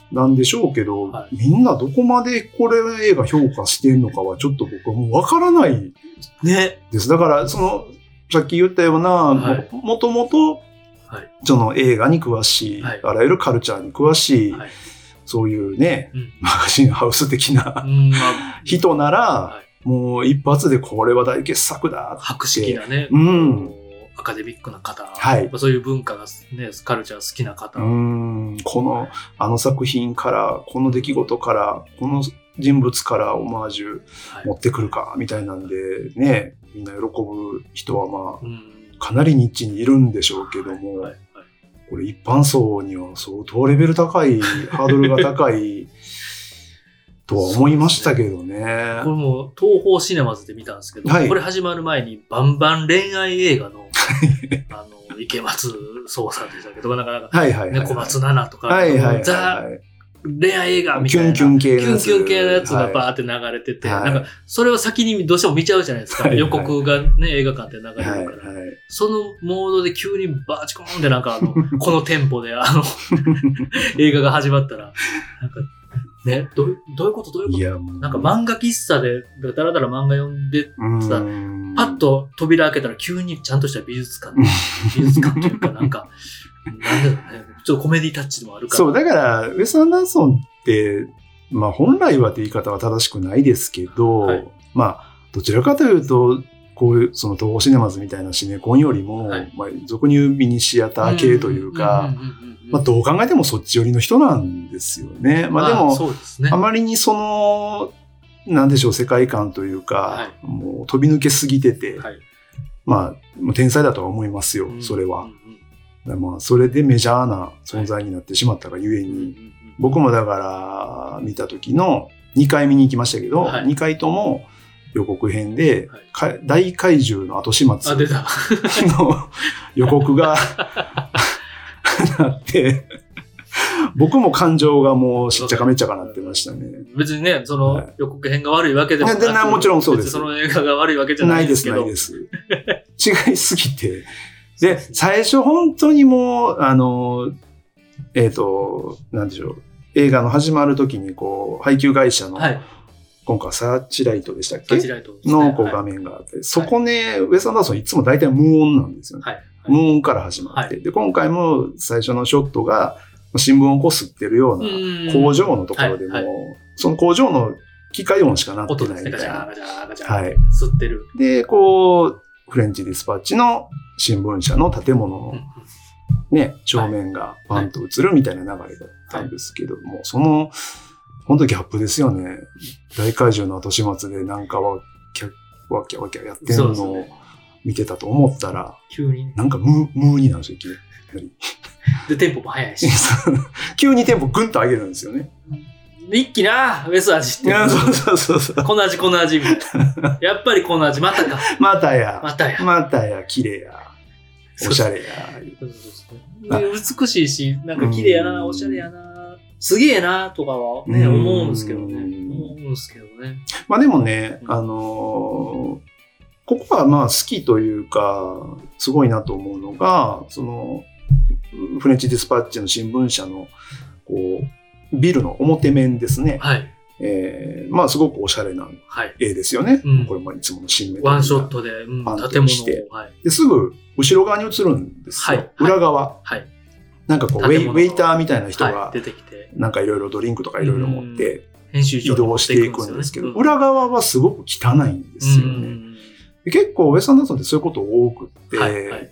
なんでしょうけど、みんなどこまでこれ映画評価してんのかはちょっと僕はもうわからないです。だから、さっき言ったような、もともと、その映画に詳しい、あらゆるカルチャーに詳しい、そういうね、マガジンハウス的な人なら、もう一発でこれは大傑作だって。 博識なね、アカデミックな方、そういう文化がね、カルチャー好きな方。 あの作品から、この出来事から、この人物からオマージュ持ってくるか、みたいなんで、ね、みんな喜ぶ人はまあ、かなりニッチにいるんでしょうけども、これ一般層には相当レベル高い、ハードルが高いとは思いましたけどね。 これも東宝シネマズで見たんですけど、これ始まる前にバンバン恋愛映画の、池松壮さんでしたけど、なかなか、小松菜奈とか、ザ・恋愛映画みたいな。 キュンキュン系のやつ。 キュンキュン系のやつがバーって流れてて、なんか、それを先にどうしても見ちゃうじゃないですか。予告がね、映画館で流れるから。そのモードで急にバーチコーンってなんかこのテンポで映画が始まったら、なんか、ね、どういうことなんか漫画喫茶で、だらだら漫画読んでさ、パッと扉開けたら急にちゃんとした美術館というか、なんか、なんだろうね、ちょっとコメディタッチでもあるから。 そう、だから、ウェス・アンダーソンって、まあ本来はって言い方は正しくないですけど、まあ、どちらかというと、こういう、その東宝シネマズみたいなシネコンよりも、まあ、俗に言うミニシアター系というか、まあ、どう考えてもそっち寄りの人なんですよね。まあでも、あまりになんでしょう、世界観というか、もう飛び抜けすぎてて、まあ、もう天才だとは思いますよ、それは。まあ、それでメジャーな存在になってしまったがゆえに、僕もだから見た時の2回見に行きましたけど、2回とも予告編で、大怪獣の後始末の予告がなって、僕も感情がもうしっちゃかめっちゃかなってましたね。 別にね、その予告編が悪いわけでもなく、 もちろんそうです。 その映画が悪いわけじゃないですけど。 ないです。違いすぎて。で、最初本当にもう、なんでしょう、映画の始まる時にこう、配給会社の、今回サーチライトでしたっけのこう画面があって、そこね、ウェス・アンダーソンいつも大体無音なんですよね。無音から始まって。で、今回も最初のショットが、新聞をこう吸ってるような工場のところでも、その工場の機械音しかなってないみたいな。 吸ってる。 で、こう、フレンチディスパッチの新聞社の建物のね、正面がパンと映るみたいな流れだったんですけども、本当ギャップですよね。大怪獣の後始末でなんかわきゃわきゃやってんのを見てたと思ったら、 急になんか無になるんですよ、いきなり。 で、テンポも速いし。 急にテンポグンと上げるんですよね。 一気な、ウェス味って。 そう。 この味みたいな。やっぱりこの味、またか。 またや、綺麗や、おしゃれや。 美しいし、なんか綺麗やな、おしゃれやな、すげえな、とかはね、思うんですけどね。まあでもね、ここはまあ好きというか、すごいなと思うのが、フレンチディスパッチの新聞社の、こう、ビルの表面ですね。まあすごくおしゃれな絵ですよね。これもいつもの新メタルワンショットで、建物を。 ですぐ後ろ側に映るんですよ。裏側。なんかこうウェイターみたいな人が、なんかいろいろドリンクとかいろいろ持って移動していくんですけど、裏側はすごく汚いんですよね。結構ウェス・アンダーソンってそういうこと多くって、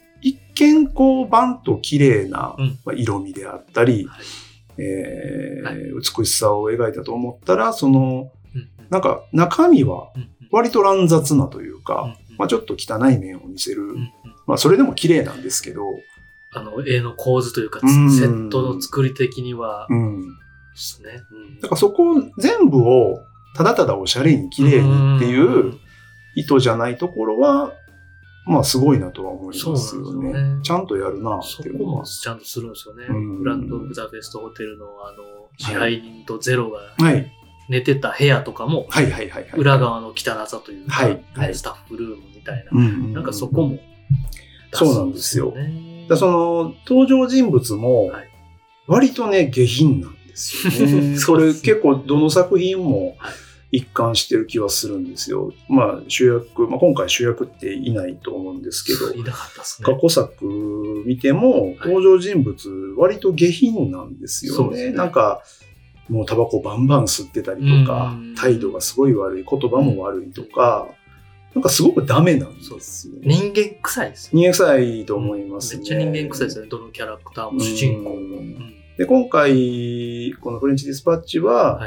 一見こうバンと綺麗な色味であったり、美しさを描いたと思ったら、なんか中身は割と乱雑なというか、まあちょっと汚い面を見せる。まあそれでも綺麗なんですけど。 絵の構図というか、セットの作り的には。ですね。 だからそこ全部をただただおしゃれに綺麗にっていう意図じゃないところは、まあすごいなとは思いますよね。ちゃんとやるなっていうのは。 ちゃんとするんですよね。グランドブダペストホテルの支配人とゼロが寝てた部屋とかも、裏側の汚さというか、スタッフルームみたいな。なんかそこも。 そうなんですよ。登場人物も、割とね、下品なんでですよね。それ結構どの作品も一貫してる気はするんですよ。まあ主役、今回主役っていないと思うんですけど、 いなかったですね。 過去作見ても登場人物割と下品なんですよね。 そうですね。 なんかもうタバコバンバン吸ってたりとか、態度がすごい悪い、言葉も悪いとか、なんかすごくダメなんですよね。 人間臭いですよ。 人間臭いと思いますね。 めっちゃ人間臭いですよね。どのキャラクターも主人公も。 で、今回、このフレンチディスパッチは、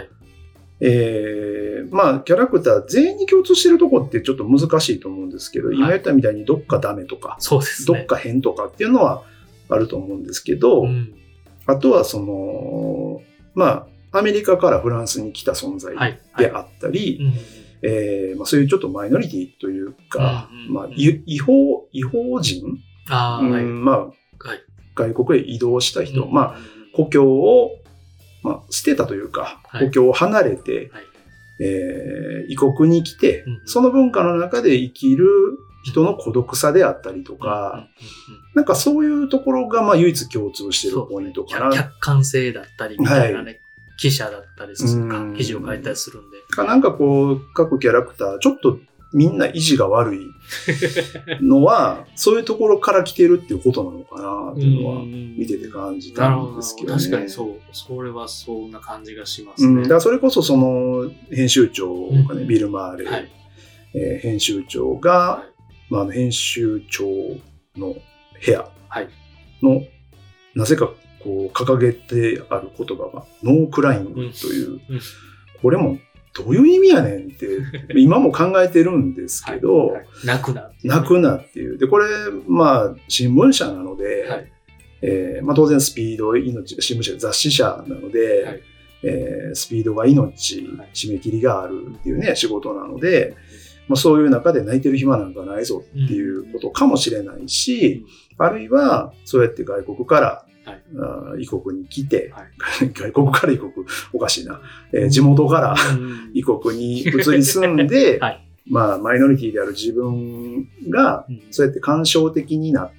まあ、キャラクター全員に共通してるとこってちょっと難しいと思うんですけど、今言ったみたいにどっかダメとか、 そうですね、 どっか変とかっていうのはあると思うんですけど、あとはまあ、アメリカからフランスに来た存在であったり、まあ、そういうちょっとマイノリティというか、まあ、違法人、まあ、外国へ移動した人、まあ、故郷を、まあ、捨てたというか、故郷を離れて、異国に来て、その文化の中で生きる人の孤独さであったりとか、なんかそういうところがまあ唯一共通してるポイントかな。 客観性だったりみたいなね、記者だったりするか、記事を書いたりするんで。 なんかこう、各キャラクター、ちょっとみんな意地が悪いのは、そういうところから来てるっていうことなのかなっていうのは見てて感じたんですけどね。 確かにそう。それはそんな感じがしますね。 だからそれこそその編集長がね、ビル・マーレ、編集長が、まあ、編集長の部屋の、なぜかこう掲げてある言葉がノークライムという、これもどういう意味やねんって今も考えてるんですけど、 泣くなっていう。で、これ、まあ、新聞社なので、まあ当然スピード命、新聞社、雑誌社なので、スピードが命、締め切りがあるっていうね、仕事なので、まあそういう中で泣いてる暇なんかないぞっていうことかもしれないし、あるいはそうやって外国から異国に来て、外国から異国、おかしいな、地元から異国に移り住んで、まあ、マイノリティである自分が、そうやって感傷的になって、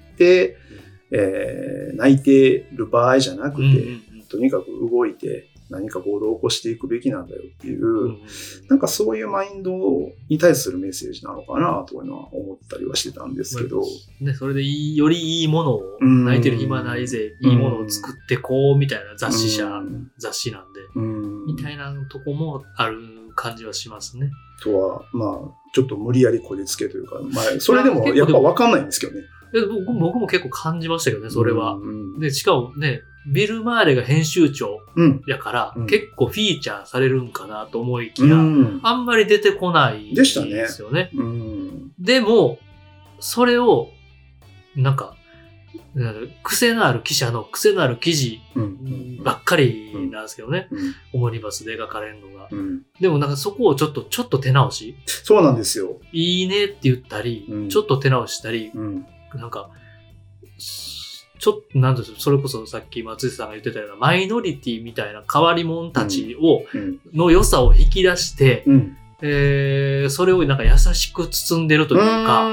泣いてる場合じゃなくて、とにかく動いて何か行動を起こしていくべきなんだよっていう、なんかそういうマインドに対するメッセージなのかなというのは思ったりはしてたんですけど。 ね、それでよりいいものを、泣いてる暇ないぜ、いいものを作ってこうみたいな雑誌なんで、みたいなとこもある感じはしますね。 とは、まあ、ちょっと無理やりこじつけというか、まあ、それでもやっぱ分かんないんですけどね。 僕も結構感じましたけどね、それは。で、しかもね、ビル・マーレが編集長やから、結構フィーチャーされるんかなと思いきや、あんまり出てこないですよね。でも、それを、なんか、癖のある記者の癖のある記事ばっかりなんですけどね。オムニバスで描かれるのが。でもなんかそこをちょっと手直し。 そうなんですよ。 いいねって言ったり、ちょっと手直したり、なんか、ちょっと、なんですよ、それこそさっき松井さんが言ってたようなマイノリティみたいな変わり者たちの良さを引き出して、それをなんか優しく包んでるというか、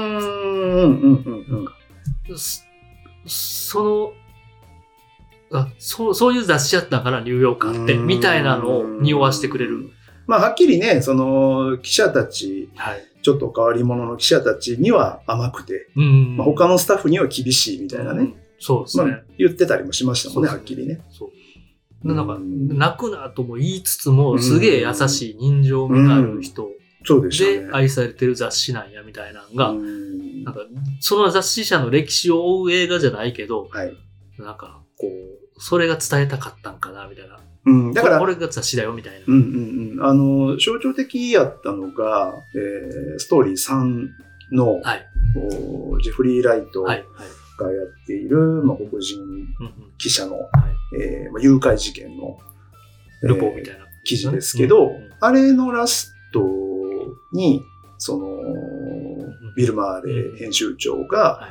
そういう雑誌やったからニューヨーカーって、みたいなのを匂わしてくれる。 まあ、はっきりね、その、記者たち、ちょっと変わり者の記者たちには甘くて、まあ、他のスタッフには厳しいみたいなね。 そうですね、 まあ。言ってたりもしましたもんね、はっきりね。 なんか、泣くなとも言いつつも、すげえ優しい人情味がある人で愛されてる雑誌なんや、みたいなのが、なんか、その雑誌社の歴史を追う映画じゃないけど、なんか、こう、それが伝えたかったんかな、みたいな。だから、これが雑誌だよ、みたいな。 象徴的やったのが、ストーリー3の、ジェフリー・ライトがやっている、まあ、黒人記者の、まあ、誘拐事件の、 ルポみたいな記事ですけど、あれのラストに、その、ビル・マーレ編集長が、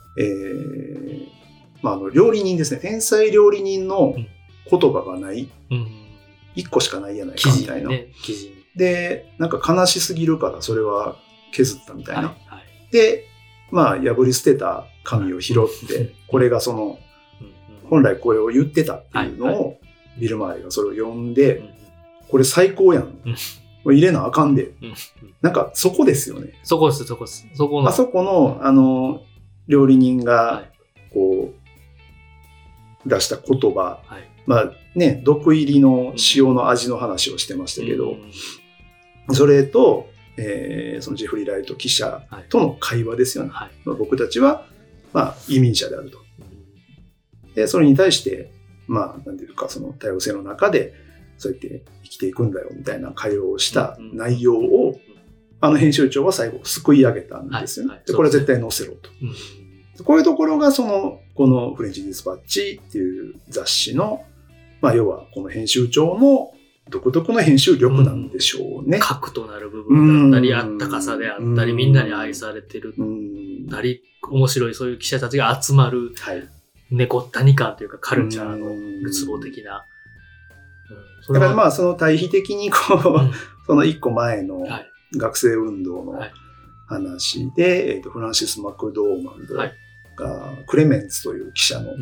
まあ、料理人ですね。天才料理人の言葉がない。一個しかないやないかみたいな。で、なんか悲しすぎるからそれは削ったみたいな。で、まあ、破り捨てた紙を拾って、これがその、本来これを言ってたっていうのを、 ビル・マーレがそれを読んで、これ最高やん。これ入れなあかんで。なんかそこですよね。 そこです。そこの。 あそこの、料理人が、こう、出した言葉。まあね、毒入りの塩の味の話をしてましたけど、それと、そのジェフリー・ライト記者との会話ですよね。僕たちは、まあ、移民者であると。で、それに対して、まあ、なんていうか、その多様性の中で、そうやって生きていくんだよ、みたいな会話をした内容を、編集長は最後、すくい上げたんですよね。で、これは絶対載せろと。こういうところが、このフレンチ・ディスパッチっていう雑誌の、まあ、要は、この編集長の独特の編集力なんでしょうね。 核となる部分だったり、あったかさであったり、みんなに愛されてるたり、面白いそういう記者たちが集まる、猫谷感というかカルチャーのるつぼ的な。 だからまあ、その対比的にその一個前の学生運動の話で、フランシス・マクドーマンドがクレメンツという記者の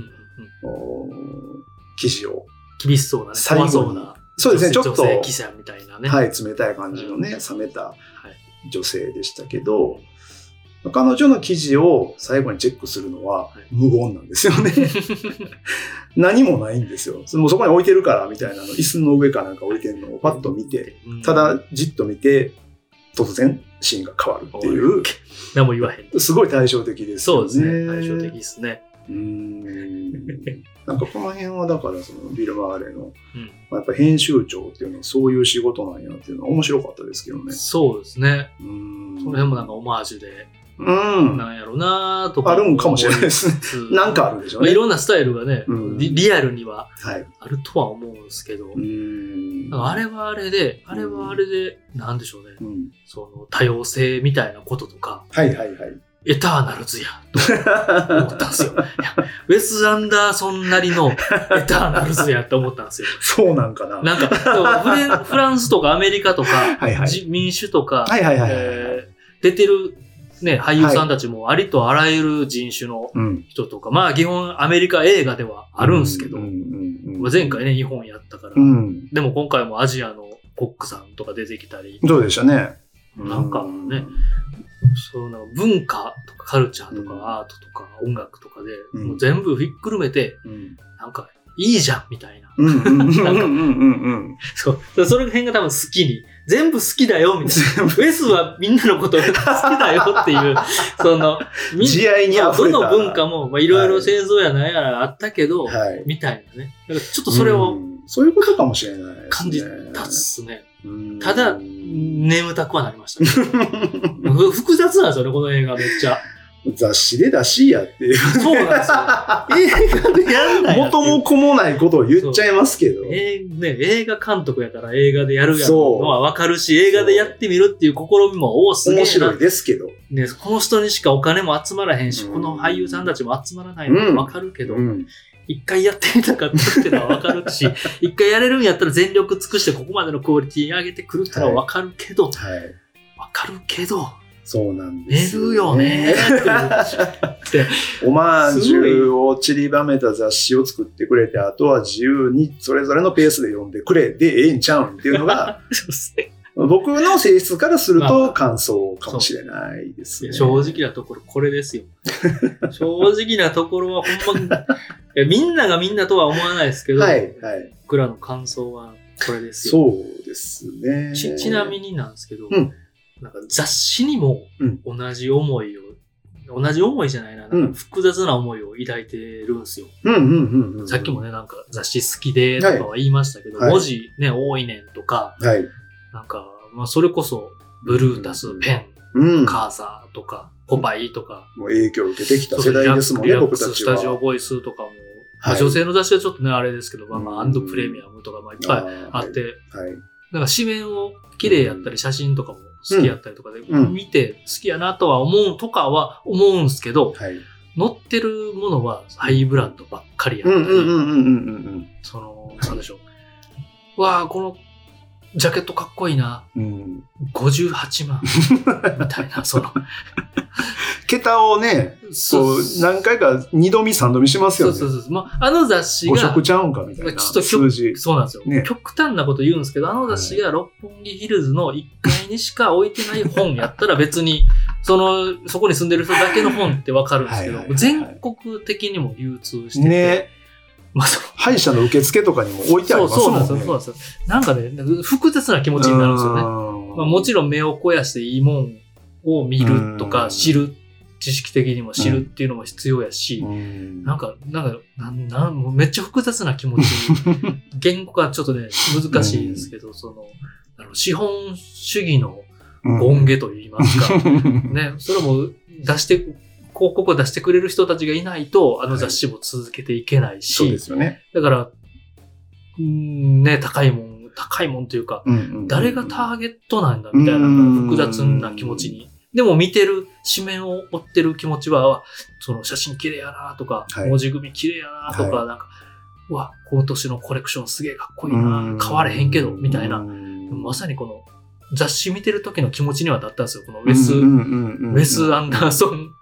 記事を厳しそうな、怖そうな。 そうですね、ちょっと、 女性記者みたいなね。 はい、冷たい感じのね、冷めた女性でしたけど、彼女の記事を最後にチェックするのは無言なんですよね。何もないんですよ。もうそこに置いてるからみたいなの、椅子の上かなんか置いてるのをパッと見て、ただじっと見て、突然シーンが変わるっていう。 何も言わへん。 すごい対照的ですよね。 そうですね。対照的ですね。 なんかこの辺はだからそのビル・マーレの、やっぱ編集長っていうのはそういう仕事なんやっていうのは面白かったですけどね。 そうですね。その辺もなんかオマージュで、なんやろうなとか。 あるんかもしれないですね。なんかあるでしょうね。 いろんなスタイルがね、リアルにはあるとは思うんですけど、あれはあれで、なんでしょうね。その多様性みたいなこととか。エターナルズや、と思ったんですよ。ウェス・アンダーソンなりのエターナルズやって思ったんですよ。 そうなんかな。 なんか、フランスとかアメリカとか、民主とか、出てるね、俳優さんたちもありとあらゆる人種の人とか、まあ基本アメリカ映画ではあるんですけど、前回ね、日本やったから、でも今回もアジアのコックさんとか出てきたり。 どうでしたね。 なんかね、そうな文化とかカルチャーとかアートとか音楽とかで、もう全部ひっくるめて、なんかいいじゃんみたいな。そう。それ辺が多分好きに、全部好きだよみたいな。ウェスはみんなのこと好きだよっていう、その、 慈愛に溢れた。 どの文化も、まあいろいろ製造やなんやらあったけど、みたいなね。だからちょっとそれを、 そういうことかもしれない。 感じたっすね。ただ、眠たくはなりましたね。複雑なんですよね、この映画めっちゃ。 雑誌で出しやっていう。 そうなんですよ。映画でやんない。 元も子もないことを言っちゃいますけど。 映画監督やから映画でやるやるのはわかるし、映画でやってみるっていう試みも多すぎる。 面白いですけど。 ね、この人にしかお金も集まらへんし、この俳優さんたちも集まらないのもわかるけど、一回やってみたかったっていうのはわかるし、一回やれるんやったら全力尽くしてここまでのクオリティ上げてくるってのはわかるけど、わかるけど、 そうなんですよ。寝るよねって。 オマージュを散りばめた雑誌を作ってくれて、あとは自由にそれぞれのペースで読んでくれでええんちゃうんっていうのが、僕の性質からすると感想かもしれないですね。 正直なところこれですよ。正直なところはほんまに、みんながみんなとは思わないですけど、僕らの感想はこれですよ。 そうですね。 ちなみになんですけど、なんか雑誌にも同じ思いを、同じ思いじゃないな、なんか複雑な思いを抱いてるんですよ。さっきもね、なんか雑誌好きでとかは言いましたけど、文字ね、多いねんとか、なんか、まあそれこそ、ブルータス、ペン、カーサーとか、ポパイとか。 もう影響を受けてきた世代ですもんね、僕たちは。 スタジオボイスとかも、女性の雑誌はちょっとね、あれですけど、アンドプレミアムとかいっぱいあって、なんか紙面を綺麗やったり、写真とかも好きやったりとかで、見て好きやなとは思うんですけど、載ってるものはハイブランドばっかりやったり、なんでしょう。わあ、このジャケットかっこいいな。58万。みたいな、 桁をね、こう、何回か2度見3度見しますよね。 そう。雑誌が。 5色ちゃうんかみたいな数字。 そうなんですよ、ね。極端なこと言うんですけど、雑誌が六本木ヒルズの1階にしか置いてない本やったら別に、そこに住んでる人だけの本ってわかるんですけど、全国的にも流通してて。ね。 歯医者の受付とかにも置いてありますもんね。 そうなんですよ。なんかね、複雑な気持ちになるんですよね。もちろん目を肥やしていいもんを見るとか知る、知識的にも知るっていうのも必要やし、なんかもうめっちゃ複雑な気持ちに、言語がちょっとね、難しいですけど、資本主義の権下といいますか、ね、それも広告を出してくれる人たちがいないと、雑誌も続けていけないし、 そうですよね。 だから、ね、高いもんというか、誰がターゲットなんだみたいな複雑な気持ちに。でも見てる、紙面を追ってる気持ちは、写真綺麗やなとか、文字組み綺麗やなとか、うわ、今年のコレクションすげえかっこいいな、買われへんけど、みたいな。まさにこの、雑誌見てる時の気持ちにはなったんですよ。このウェス・アンダーソン。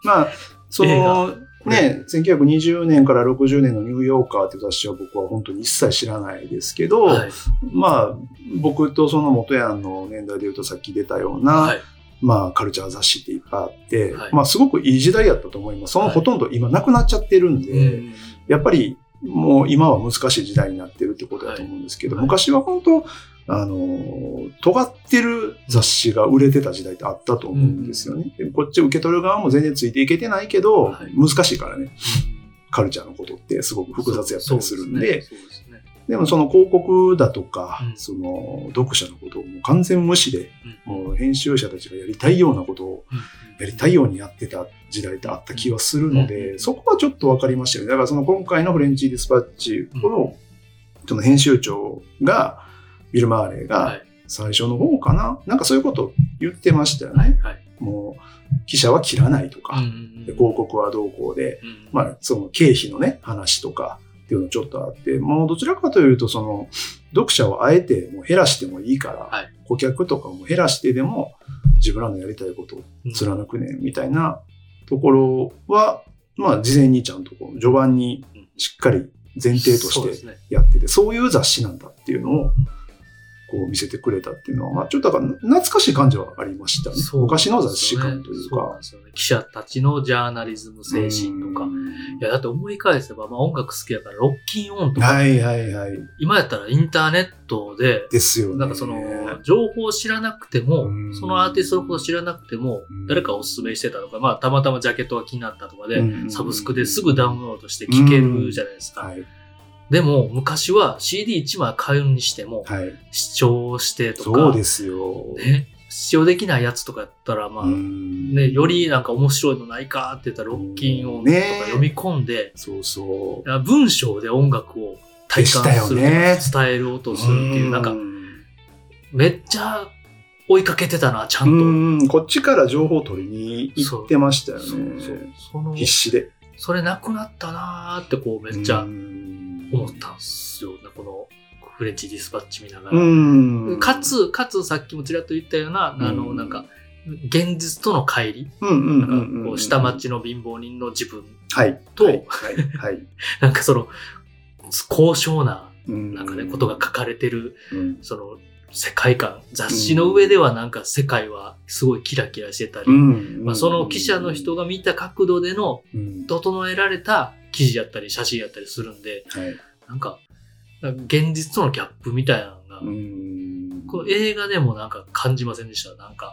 ね、1920年から60年のニューヨーカーっていう雑誌は僕は本当に一切知らないですけど、僕とその元ヤンの年代で言うとさっき出たような、カルチャー雑誌っていっぱいあって、すごくいい時代やったと思います。そのほとんど今なくなっちゃってるんで、やっぱりもう今は難しい時代になってるってことだと思うんですけど、昔は本当、尖ってる雑誌が売れてた時代ってあったと思うんですよね。こっち受け取る側も全然ついていけてないけど、難しいからね。カルチャーのことってすごく複雑やったりするんで、でもその広告だとか、その読者のことをもう完全無視で、もう編集者たちがやりたいようなことをやりたいようにやってた時代ってあった気はするので、そこはちょっとわかりましたよね。だからその今回のフレンチディスパッチのその編集長が、ビル・マーレーが最初の方かな、なんかそういうことを言ってましたよね。もう記者は切らないとか、広告はどうこうで、その経費のね話とかっていうのちょっとあって、もうどちらかというとその読者をあえてもう減らしてもいいから、顧客とかも減らしてでも自分らのやりたいことを貫くねみたいなところは、事前にちゃんとこう序盤にしっかり前提としてやってて、そういう雑誌なんだっていうのをこう見せてくれたっていうのは、ちょっとだから懐かしい感じはありましたね。昔の雑誌感というか。 記者たちのジャーナリズム精神とか。いや、だって思い返せば、音楽好きやから、ロッキンオンとか。今やったらインターネットで、 ですよね。 なんか情報を知らなくても、そのアーティストのこと知らなくても、誰かおすすめしてたとか、たまたまジャケットが気になったとかで、サブスクですぐダウンロードして聴けるじゃないですか。でも、昔は CD1 枚買うにしても、視聴してとか、 そうですよ。 ね、視聴できないやつとかやったら、よりなんか面白いのないかって言ったら、ロッキンオンとか読み込んで、文章で音楽を体感する、伝えようとするっていう、なんか、めっちゃ追いかけてたな、ちゃんと。こっちから情報を取りに行ってましたよね。必死で。 それなくなったなーってこうめっちゃ思ったんですよ。このフレンチディスパッチ見ながら。かつさっきもちらっと言ったような、なんか、現実との乖離。下町の貧乏人の自分と、なんか高尚な、なんかね、ことが書かれてる、世界観、雑誌の上ではなんか世界はすごいキラキラしてたり、その記者の人が見た角度での整えられた記事やったり写真やったりするんで、なんか現実とのギャップみたいなのが、この映画でもなんか感じませんでした。なんか、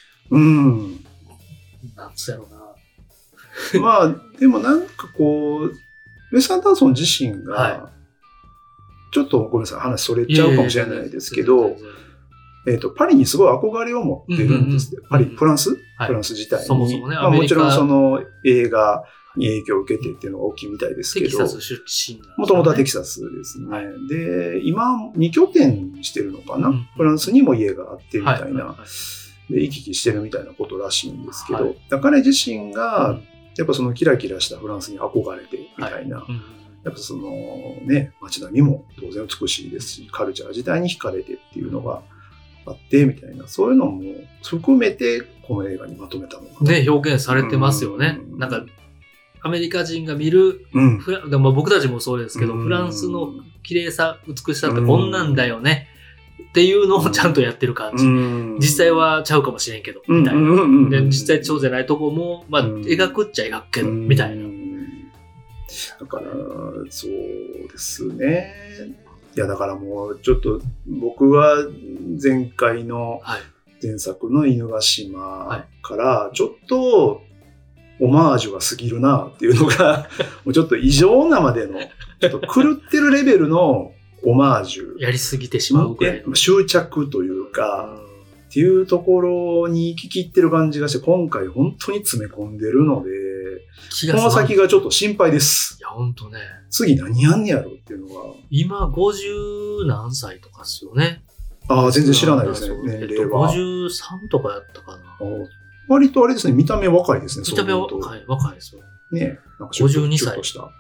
なんつやろうな。でもなんかこう、ウェス・アンダーソン自身が、ちょっとごめんなさい、話それちゃうかもしれないですけど、パリにすごい憧れを持ってるんですって。フランス自体に。 そもそもね、 もちろんその映画に影響を受けてっていうのが大きいみたいですけど。 テキサス出身なんですね。 もともとはテキサスですね。で、今2拠点してるのかな。フランスにも家があってみたいな。で、行き来してるみたいなことらしいんですけど、彼自身が、やっぱそのキラキラしたフランスに憧れてみたいな。やっぱそのね、街並みも当然美しいですし、カルチャー自体に惹かれてっていうのがあって、みたいな、そういうのも含めて、この映画にまとめたのかな。 ね、表現されてますよね。なんか、アメリカ人が見る、でも僕たちもそうですけど、フランスの綺麗さ、美しさってこんなんだよね。っていうのをちゃんとやってる感じ。実際はちゃうかもしれんけど、みたいな。で、実際そうじゃないとこも、まあ、描くっちゃ描くけど、みたいな。 だから、そうですね。いや、だからもう、ちょっと、僕は前回の前作の犬ヶ島から、ちょっと、オマージュが過ぎるなっていうのが、もうちょっと異常なまでの、ちょっと狂ってるレベルのオマージュ。 やりすぎてしまうくらい。 執着というか、っていうところに行き切ってる感じがして、今回本当に詰め込んでるので、この先がちょっと心配です。 いや、本当ね。 次何やんねやろっていうのが。 今50何歳とかっすよね。 ああ、全然知らないですね。年齢は。 53とかやったかな。 割とあれですね、見た目若いですね。 見た目若いですよ。 ね、 なんか52歳。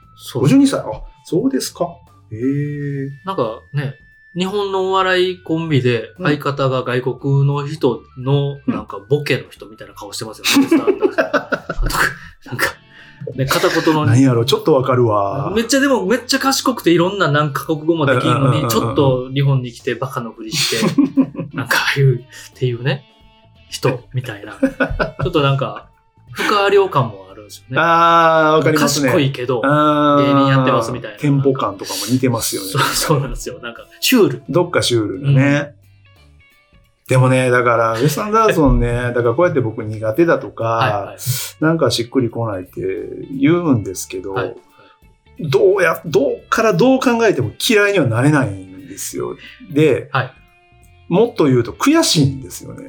52歳。あ、そうですか。へえ。 なんかね、日本のお笑いコンビで相方が外国の人のなんかボケの人みたいな顔してますよね。なんか、ね、片言の。 何やろ、ちょっとわかるわ。 めっちゃ賢くていろんな何カ国語もできるのに、ちょっと日本に来てバカのふりして、なんかっていうね、人みたいな。ちょっとなんか、不可量感もあるんですよね。 ああ、わかりますね。 賢いけど、芸人やってますみたいな。 テンポ感とかも似てますよね。 そうなんですよ。なんか、シュール。 どっかシュールだね。でもね、だから、ウェス・アンダーソンね、だからこうやって僕苦手だとか、なんかしっくりこないって言うんですけど、どう考えても嫌いにはなれないんですよ。で、もっと言うと悔しいんですよね。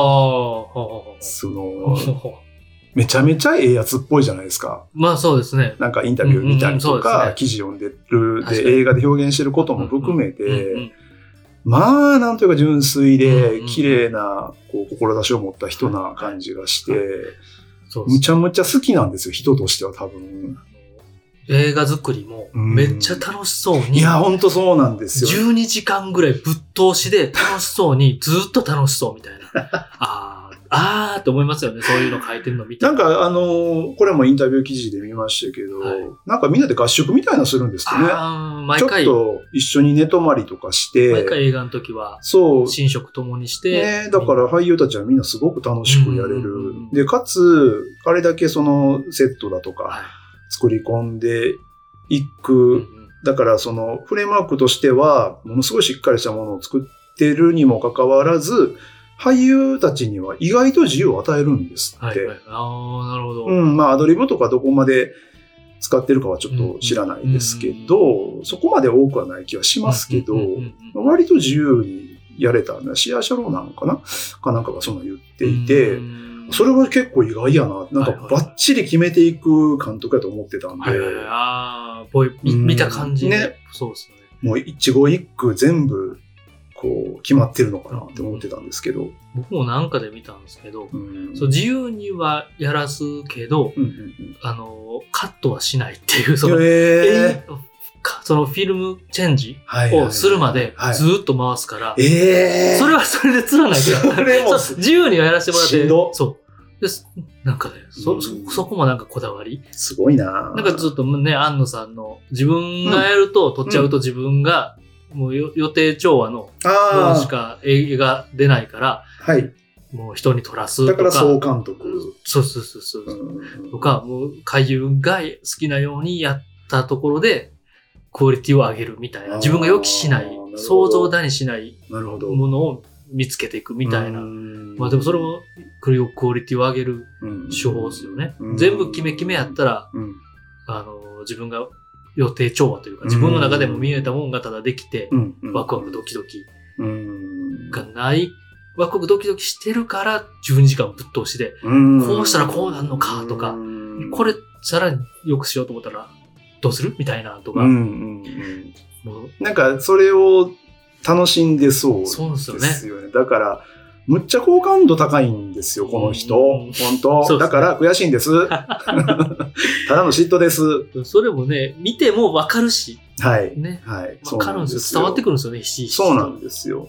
めちゃめちゃええやつっぽいじゃないですか。 まあそうですね。 なんかインタビュー見たりとか、記事読んでる、で映画で表現してることも含めて、まあなんというか純粋で綺麗なこう志を持った人な感じがして、むちゃむちゃ好きなんですよ、人としては多分。 映画作りもめっちゃ楽しそうに。 いや、ほんとそうなんですよ。 12時間ぐらいぶっ通しで楽しそうに、ずっと楽しそうみたいな。あーって思いますよね。そういうの書いてるの見て。 なんかこれもインタビュー記事で見ましたけど、なんかみんなで合宿みたいなのするんですってね。 毎回。 ちょっと一緒に寝泊まりとかして。 毎回映画の時は、寝食ともにして。 ね、だから俳優たちはみんなすごく楽しくやれる。で、かつ、あれだけそのセットだとか、作り込んでいく。だからそのフレームワークとしては、ものすごいしっかりしたものを作ってるにもかかわらず、俳優たちには意外と自由を与えるんですって。 なるほど。 まあアドリブとかどこまで使ってるかはちょっと知らないですけど、そこまで多くはない気はしますけど、割と自由にやれたんだ。シア・シャローなのかなんかがそんな言っていて、それは結構意外やな。なんかバッチリ決めていく監督やと思ってたんで。 見た感じね。 そうですよね。 もう一語一句全部こう決まってるのかなって思ってたんですけど。 僕もなんかで見たんですけど、自由にはやらすけど、カットはしないっていう、そのフィルムチェンジをするまでずっと回すから、それはそれでつらないけど、自由にはやらせてもらって、そうです。なんかね、そこもなんかこだわり。 すごいな。 なんかずっとね、安野さんの自分がやると撮っちゃうと自分がもう予定調和のものしか映画出ないから、もう人に撮らすとか。 だから総監督。 そう。とか、もう俳優が好きなようにやったところで、クオリティを上げるみたいな。自分が予期しない、想像だにしないものを見つけていくみたいな。まあでもそれもクオリティを上げる手法ですよね。全部決めやったら、自分が予定調和というか、自分の中でも見えたもんがただできて、ワクワクドキドキがない、ワクワクドキドキしてるから12時間ぶっ通しで、こうしたらこうなんのかとか、これさらに良くしようと思ったらどうするみたいなとか。 なんかそれを楽しんでそうですよね。だから、むっちゃ好感度高いんですよ、この人。本当。だから悔しいんです。ただの嫉妬です。 それもね、見てもわかるし。 はい。 ね。わかるんですよ。伝わってくるんですよね、 そうなんですよ。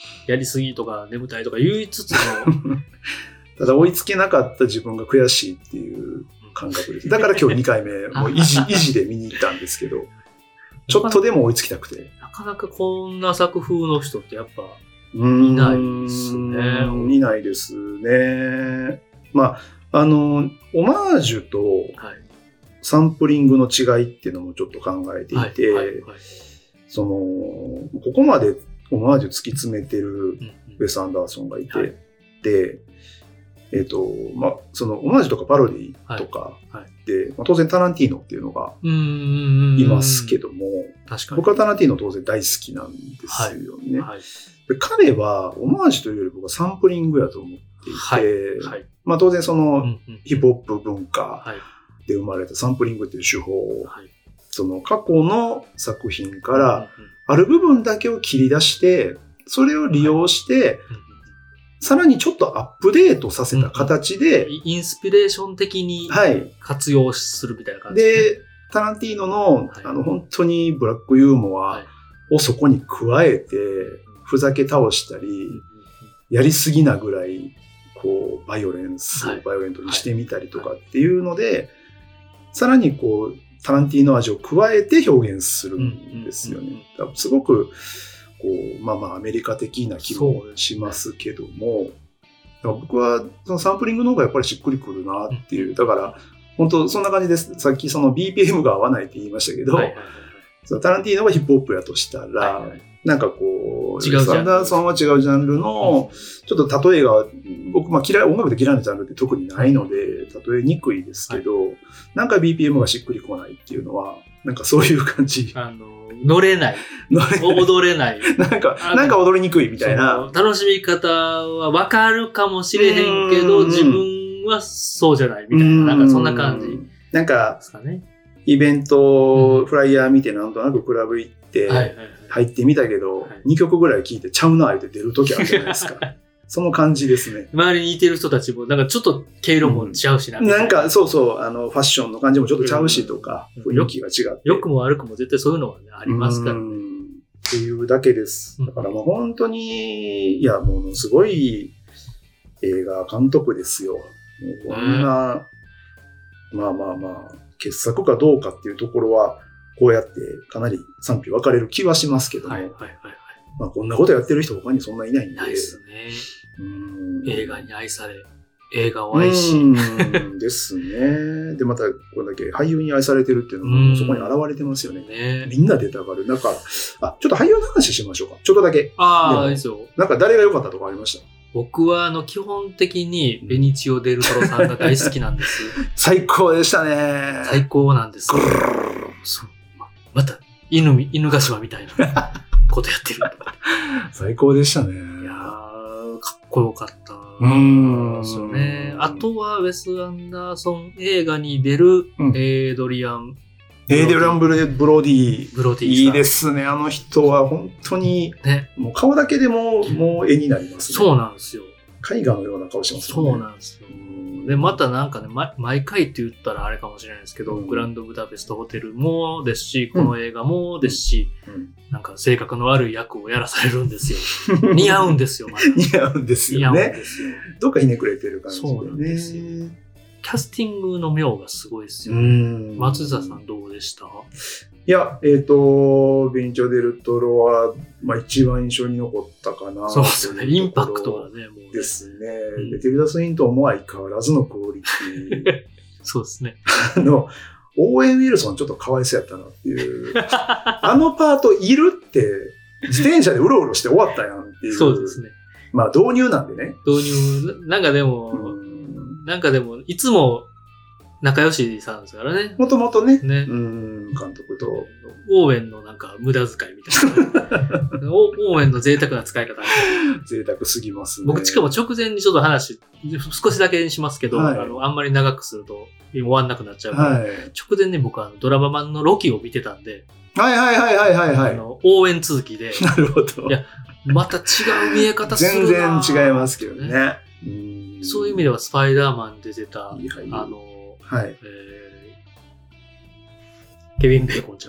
やりすぎとか眠たいとか言いつつも、 ただ追いつけなかった自分が悔しいっていう感覚です。だから今日2回目、もう維持で見に行ったんですけど、ちょっとでも追いつきたくて。 なかなかこんな作風の人ってやっぱいないですね。 いないですね。まあ、オマージュとサンプリングの違いっていうのもちょっと考えていて、ここまでオマージュ突き詰めてるウェス・アンダーソンがいて、で、まあ、そのオマージュとかパロディとかで、まあ、当然タランティーノっていうのがいますけども、僕はタランティーノ当然大好きなんですよね。で彼はオマージュというより僕はサンプリングやと思っていて、まあ、当然そのヒップホップ文化で生まれたサンプリングっていう手法を、その過去の作品からある部分だけを切り出して、それを利用して、さらにちょっとアップデートさせた形で、 インスピレーション的に活用するみたいな感じで、タランティーノの、本当にブラックユーモアをそこに加えて、ふざけ倒したり、やりすぎなぐらい、こう、バイオレントにしてみたりとかっていうので、さらにこう、タランティーノ味を加えて表現するんですよね。すごく、こう、まあまあアメリカ的な気もしますけども、僕はそのサンプリングの方がやっぱりしっくりくるなっていう、だから本当そんな感じです。さっきその BPM が合わないって言いましたけど、そのタランティーノがヒップホップやとしたら、なんかこう、サンダーソンは違うジャンルの、ちょっと例えが、僕、まあ音楽で嫌いなジャンルって特にないので、例えにくいですけど、なんか BPM がしっくりこないっていうのは、なんかそういう感じ。 乗れない。踊れない。 なんか踊りにくいみたいな。 楽しみ方はわかるかもしれへんけど、自分はそうじゃないみたいな。なんかそんな感じ。 なんか、イベント、フライヤー見てなんとなくクラブ行って、入ってみたけど、2曲ぐらい聴いてちゃうなって出るときあるじゃないですか。その感じですね。 周りにいてる人たちも、なんかちょっと毛色も違うしな、 なんか、そうそう、ファッションの感じもちょっとちゃうしとか、雰囲気が違って。 良くも悪くも絶対そういうのはね、ありますからね。 っていうだけです。だからもう本当に、いや、ものすごい映画監督ですよ。もうこんな、まあ、傑作かどうかっていうところは、こうやってかなり賛否分かれる気はしますけども。まあこんなことやってる人他にそんないないんで。 ないですね。映画に愛され、映画を愛し。 ですね。で、またこれだけ俳優に愛されてるっていうのもそこに現れてますよね。みんな出たがる。なんか、ちょっと俳優の話しましょうか。ちょっとだけ。 いいですよ。 なんか誰が良かったとかありました？ 僕は基本的にベニチオ・デルトロさんが大好きなんです。 最高でしたね。 最高なんです。そう。また、犬ヶ島みたいなことやってる。 最高でしたね。 いやー、かっこよかった。ですよね。あとは、ウェス・アンダーソン映画に出る、エイドリアン・ブロディ。いいですね。あの人は本当に、もう顔だけでもう絵になりますね。 そうなんですよ。 絵画のような顔してますね。そうなんですよ。で、またなんかね、毎回って言ったらあれかもしれないですけど、グランドブダペストホテルもですし、この映画もですし、なんか性格の悪い役をやらされるんですよ。似合うんですよ、まだ。 似合うんですよね。どっかひねくれてる感じでね。 そうなんですよ。キャスティングの妙がすごいですよ。松下さんどうでした？ いや、ベニチオ・デルトロは、まあ一番印象に残ったかな。 そうですよね。インパクトはね、もう。 ですね。で、ティルダ・スウィントンも相変わらずのクオリティ。 そうですね。 オーウェン・ウィルソンちょっとかわいそうやったなっていう。あのパートいるって、自転車でうろうろして終わったやんっていう。 そうですね。 まあ導入なんでね。 導入、なんかでも、いつも仲良しさんですからね。 もともとね。 監督と。 オーウェンのなんか無駄遣いみたいな。オーウェンの贅沢な使い方。 贅沢すぎますね。 僕しかも直前にちょっと話、少しだけにしますけど、あんまり長くすると終わんなくなっちゃうから、直前に僕はドラマ版のロキを見てたんで、 オーウェン続きで。 なるほど。 いや、また違う見え方するな。 全然違いますけどね。 そういう意味ではスパイダーマンで出た、ケビン・ベーコンちゃうわ。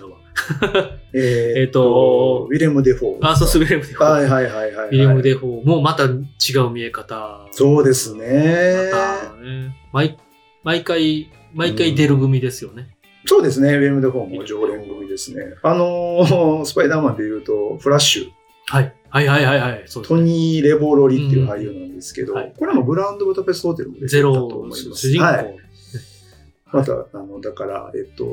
ウィレム・デフォー。 そう、ウィレム・デフォー。 はい。 ウィレム・デフォーもまた違う見え方。 そうですね。 またね。毎回出る組ですよね。 そうですね。ウィレム・デフォーも常連組ですね。スパイダーマンで言うと、フラッシュ。 はい。そうですね、 トニー・レボロリっていう俳優なんですけど、これもグランド・ブダペストホテルも出てたと思います。 主人公。はい、 また、だから、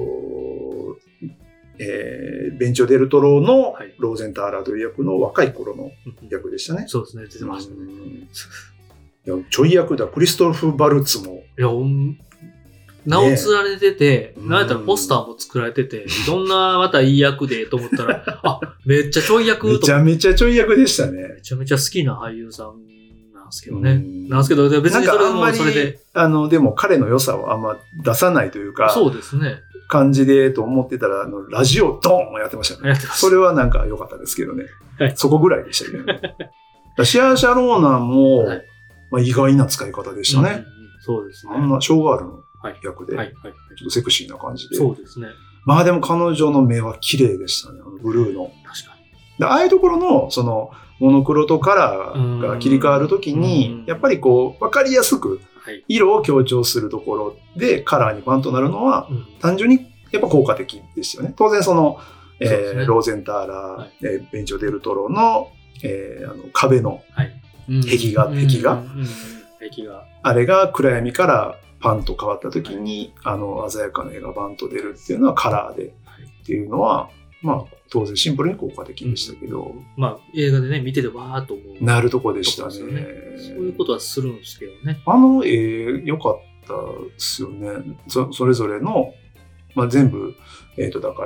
ベンチョ・デルトロのローゼンターラという役の若い頃の役でしたね。 そうですね、出てましたね。 いやちょい役だ、クリストフ・バルツも。 いや、名を連れてて、なんやったらポスターも作られてて、どんなまたいい役でと思ったら、めっちゃちょい役めちゃめちゃちょい役でしたね。 めちゃめちゃ好きな俳優さんなんですけどね。なんですけど、別にそれもそれで。 でも彼の良さをあんま出さないというか、 そうですね。 感じでと思ってたら、ラジオドーンをやってましたね。それはなんか良かったですけどね。はい、そこぐらいでしたけどね。シアーシャローナンも、意外な使い方でしたね。 そうですね。 あんなショーガールの役で、ちょっとセクシーな感じで。 そうですね。 まあでも彼女の目は綺麗でしたね。ブルーの。 確かに。 でああいうところの、モノクロとカラーが切り替わるときに、やっぱりわかりやすく、色を強調するところでカラーにバンとなるのは、単純にやっぱ効果的ですよね。当然ローゼンターラ、ベンチョ・デルトロの、壁の壁画、あれが暗闇からパンと変わった時に、鮮やかな絵がバンと出るっていうのはカラーでっていうのは、まあ、当然シンプルに効果的でしたけど。 まあ、映画でね、見ててわーっと思う。 なるとこでしたね。 そういうことはするんですけどね。 良かったですよね。それぞれの、まあ、全部、だから、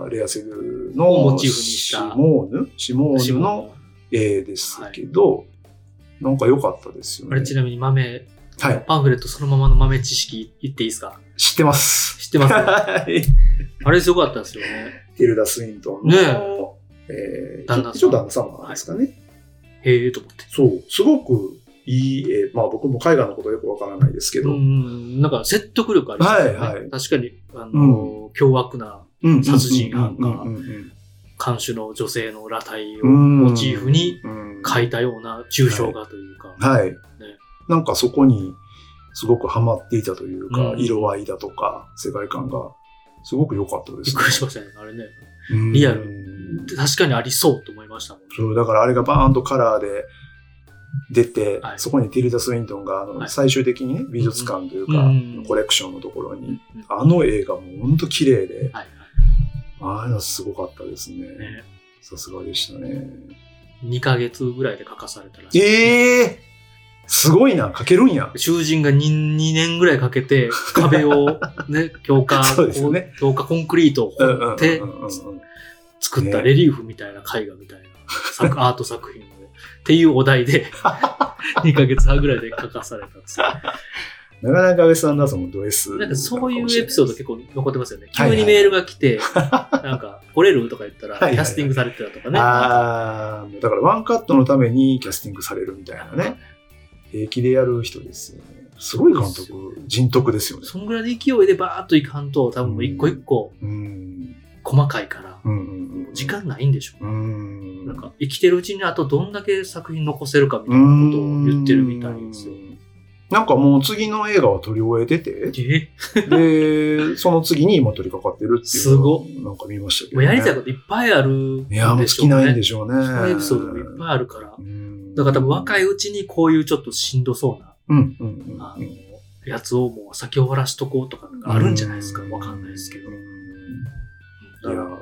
レアセルのモチーフにしたシモーヌの絵ですけど、なんか良かったですよね。 あれちなみにパンフレットそのままの豆知識言っていいですか？ 知ってます。 知ってます。あれすごかったですよね。 ティルダ・スウィントンの、旦那様ですかね。 へえと思って。 そう、すごくいい絵。まあ僕も海外のことよくわからないですけど。 なんか説得力ありますよね。確かに、凶悪な殺人犯が、看守の女性の裸体をモチーフに描いたような抽象画というか。 はい。なんかそこにすごくハマっていたというか、色合いだとか、世界観がすごく良かったですね。 びっくりしましたね、あれね。リアル。確かにありそうと思いましたもんね。 そう、だからあれがバーンとカラーで出て、そこにティルダ・スウィントンが最終的にね、美術館というか、コレクションのところに、映画も本当綺麗で、ああいうのすごかったですね。さすがでしたね。 2ヶ月ぐらいで描かされたらしい。 すごいな、描けるんや。 囚人が 2年ぐらいかけて壁をね、強化コンクリートを掘って作ったレリーフみたいな絵画みたいなアート作品をっていうお題で2ヶ月半ぐらいで描かされたんですよ。 なかなかウェス・アンダーソンもド S。 なんかそういうエピソード結構残ってますよね。急にメールが来て、なんか、来れるとか言ったら、キャスティングされてたとかね。だからワンカットのためにキャスティングされるみたいなね。平気でやる人ですよね。すごい監督、人徳ですよね。 そんぐらいで勢いでバーッといかんと、多分一個一個、細かいから、時間ないんでしょう。なんか、生きてるうちにあとどんだけ作品残せるかみたいなことを言ってるみたいですよ。 なんかもう次の映画は撮り終えてて、で、その次に今撮り掛かってるっていうのをなんか見ましたけどね。 もうやりたいこといっぱいあるんでしょうね。 いや、もう尽きないんでしょうね。 そういうエピソードもいっぱいあるから。だから多分若いうちにこういうちょっとしんどそうな、やつをもう先を終わらしとこうとかあるんじゃないですか。わかんないですけど。だから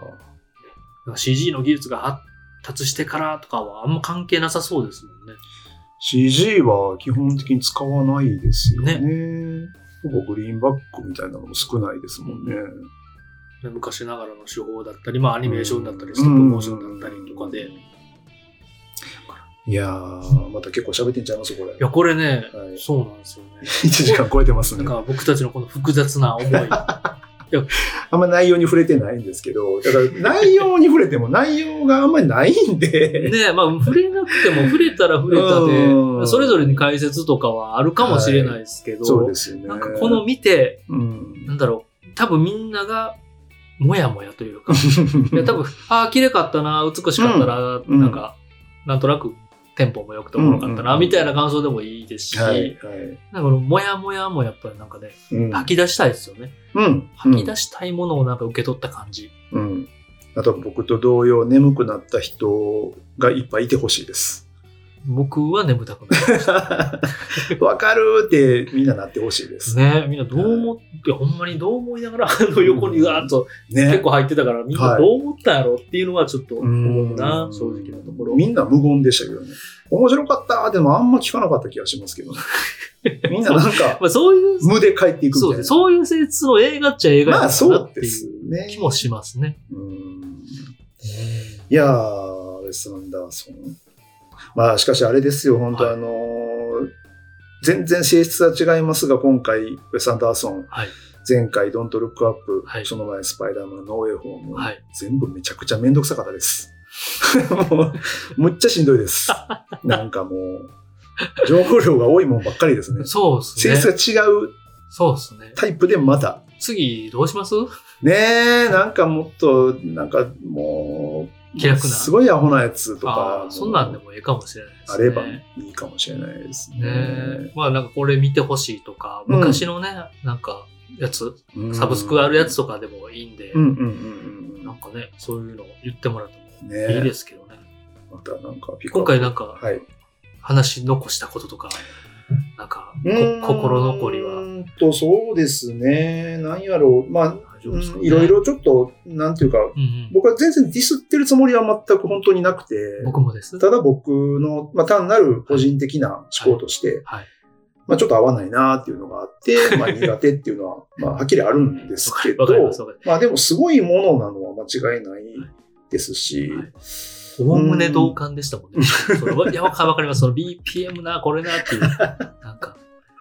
CG の技術が発達してからとかはあんま関係なさそうですもんね。 CG は基本的に使わないですよね。ほぼグリーンバックみたいなのも少ないですもんね。 昔ながらの手法だったり、まあアニメーションだったり、ストップモーションだったりとかで。 いやー、また結構喋ってんちゃいますこれ。 いや、これね、そうなんですよね。 1時間超えてますね。 なんか僕たちのこの複雑な思い。 あんま内容に触れてないんですけど、だから内容に触れても内容があんまりないんで。 ね、まあ触れなくても触れたら触れたで、それぞれに解説とかはあるかもしれないですけど、 そうですよね。 なんかこの見て、なんだろう、多分みんながもやもやというか、いや多分、綺麗かったな、美しかったな、なんか、なんとなくテンポも良くておもろかったな、みたいな感想でもいいですし、なんかもやもやもやっぱりなんかね、吐き出したいですよね。吐き出したいものをなんか受け取った感じ。 あと僕と同様眠くなった人がいっぱいいてほしいです。 僕は眠たくない。わかるってみんななってほしいです。 ね、みんなどう思って、ほんまにどう思いながら横にガーッと結構入ってたから、みんなどう思ったんやろっていうのはちょっと思うな、正直なところ。 みんな無言でしたけどね。面白かったでもあんま聞かなかった気がしますけどね。みんななんか、そういう無で帰っていくみたいな。 そういう性質の映画っちゃ映画やなっていう気もしますね。 いやー、ウェス・アンダーソン。まあしかしあれですよ、本当全然性質は違いますが、今回ウェス・アンダーソン、前回ドントルックアップ、その前スパイダーマンノーウェイホーム、全部めちゃくちゃめんどくさかったです。むっちゃしんどいです。なんかもう、情報量が多いもんばっかりですね。 そうですね。 性質が違うタイプでまた。 次どうしますねえ、なんかもっと、なんかもう、 気楽な。 すごいアホなやつとか。 そんなんでもいいかもしれないですね。あればいいかもしれないですね。 まあなんかこれ見てほしいとか、昔のね、なんかやつ、サブスクあるやつとかでもいいんで、なんかね、そういうのを言ってもらってもいいですけどね。 またなんか今回なんか、話し残したこととか、なんか、心残りは。 そうですね。なんやろう。まあ、いろいろちょっと、なんていうか、僕は全然ディスってるつもりは全く本当になくて、 僕もです。 ただ僕の、まあ、単なる個人的な思考として、まあ、ちょっと合わないなっていうのがあって、まあ、苦手っていうのは、まあ、はっきりあるんですけど、まあ、でもすごいものなのは間違いないですし、 おおむね同感でしたもんね。それいや、わかります。その BPM な、これなっていう。なんか。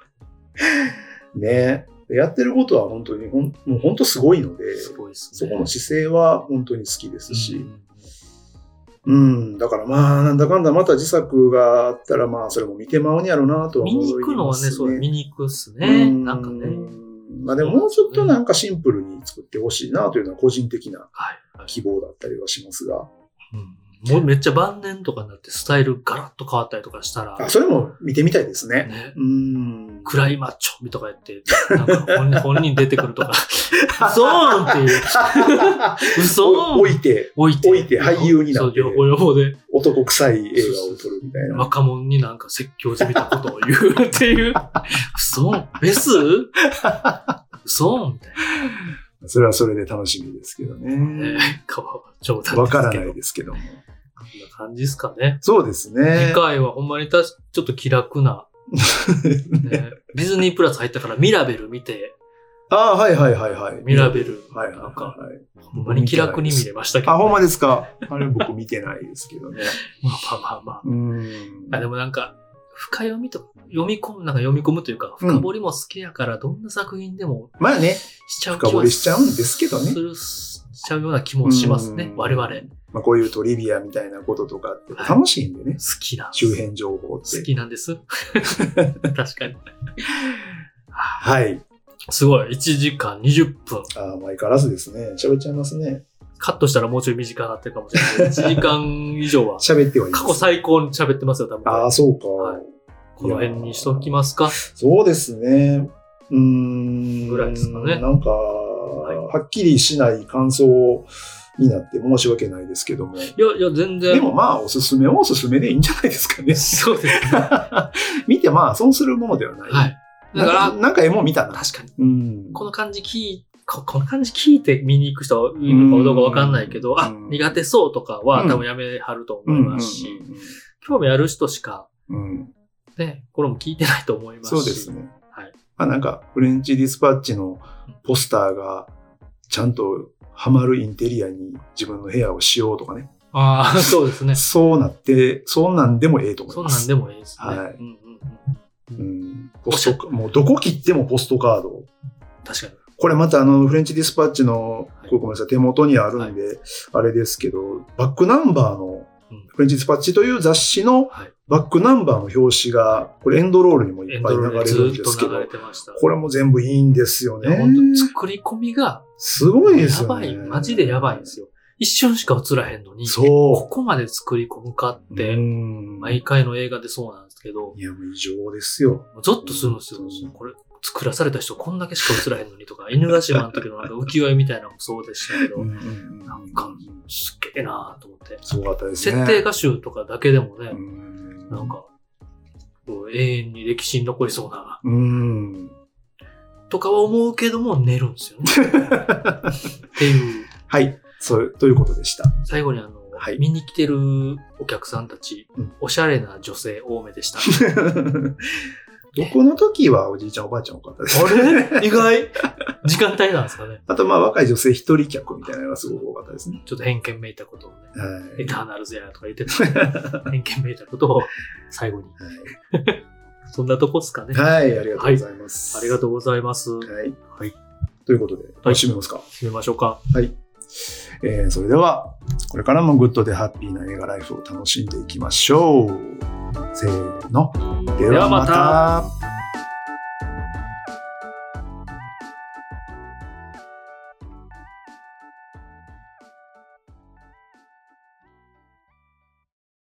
ね。やってることは本当に、もう本当すごいので、 すごいですね、 そこの姿勢は本当に好きですし、だからまあ、なんだかんだまた自作があったら、まあ、それも見てまうにやろうなとは思いますね。 見に行くのはね、そう、見に行くっすね。なんかね。 まあでももうちょっとなんかシンプルに作ってほしいなというのは個人的な希望だったりはしますが。 もうめっちゃ晩年とかになってスタイルガラッと変わったりとかしたら。 それも見てみたいですね。 暗いマッチョとかやって、なんか本人出てくるとか。嘘ーんっていう。嘘ーん置いて俳優になって。男臭い映画を撮るみたいな。 若者になんか説教じみたことを言うっていう。嘘ーんベス嘘ーんみたいな。 それはそれで楽しみですけどね。わからないですけども。 こんな感じですかね。 そうですね。 次回はほんまにちょっと気楽な、ディズニープラス入ったからミラベル見て。 はい。 ミラベル。なんか、ほんまに気楽に見れましたけど、 ほんまですか。あれ僕見てないですけどね。 まあ。でもなんか、深読みとか、読み込むというか、深掘りも好きやから、どんな作品でも、 まあね、 しちゃう深掘りしちゃうんですけどね。 しちゃうような気もしますね、我々。 まあこういうトリビアみたいなこととかって楽しいんでね。 好きな。 周辺情報って。 好きなんです。確かに。 はい。 すごい。1時間20分。 相変わらずですね。喋っちゃいますね。 カットしたらもうちょい短くなってるかもしれない。1時間以上は。 喋ってはいます。 過去最高に喋ってますよ、多分。 そうか。 この辺にしときますか。 そうですね。 ぐらいですかね。 なんか、はっきりしない感想になって申し訳ないですけども。いや、全然。 でもまあ、おすすめでいいんじゃないですかね。 そうですね。 見てまあ、損するものではない。 はい。だから、 なんか絵も見たな。 確かに。この感じ聞いて見に行く人いるのかどうかわかんないけど、苦手そうとかは多分やめはると思いますし、興味ある人しか、ね、これも聞いてないと思いますし。 そうですね。はい。まあなんか、フレンチディスパッチのポスターがちゃんとハマるインテリアに自分の部屋をしようとかね。 そうですね。 そんなんでもええと思います。 そんなんでもええですね。 はい。もうどこ切ってもポストカード。 確かに。 これまたフレンチディスパッチの、ごめんなさい、手元にあるんで、あれですけど、バックナンバーのフレンチディスパッチという雑誌のバックナンバーの表紙が、これエンドロールにもいっぱい流れるんですけど、これも全部いいんですよね。 本当に作り込みが、 すごいですよね。 やばい、マジでやばいんですよ。一瞬しか映らへんのに、ここまで作り込むかって、毎回の映画でそうなんですけど。 いや、もう異常ですよ。 ゾッとするんですよ。これ、作らされた人こんだけしか映らへんのにとか、犬ヶ島の時のなんか浮世絵みたいなのもそうでしたけど、なんか、すっげえなぁと思って。 すごかったですね。 設定画集とかだけでもね、なんか、永遠に歴史に残りそうな。とかは思うけども寝るんですよね。っていう。 はい。ということでした。 最後に見に来てるお客さんたち、おしゃれな女性多めでした。 僕の時はおじいちゃんおばあちゃん多かったです。 あれ意外時間帯なんですかね。 あと若い女性一人客みたいなのがすごく多かったですね。 ちょっと偏見めいたことをね。エターナルズやとか言ってた。偏見めいたことを最後に。そんなとこっすかね。 はい、ありがとうございます。 ありがとうございます。はい。 ということで、締めますか。 締めましょうか。 はい。それでは、これからもグッドでハッピーな映画ライフを楽しんでいきましょう。せーの。ではまた。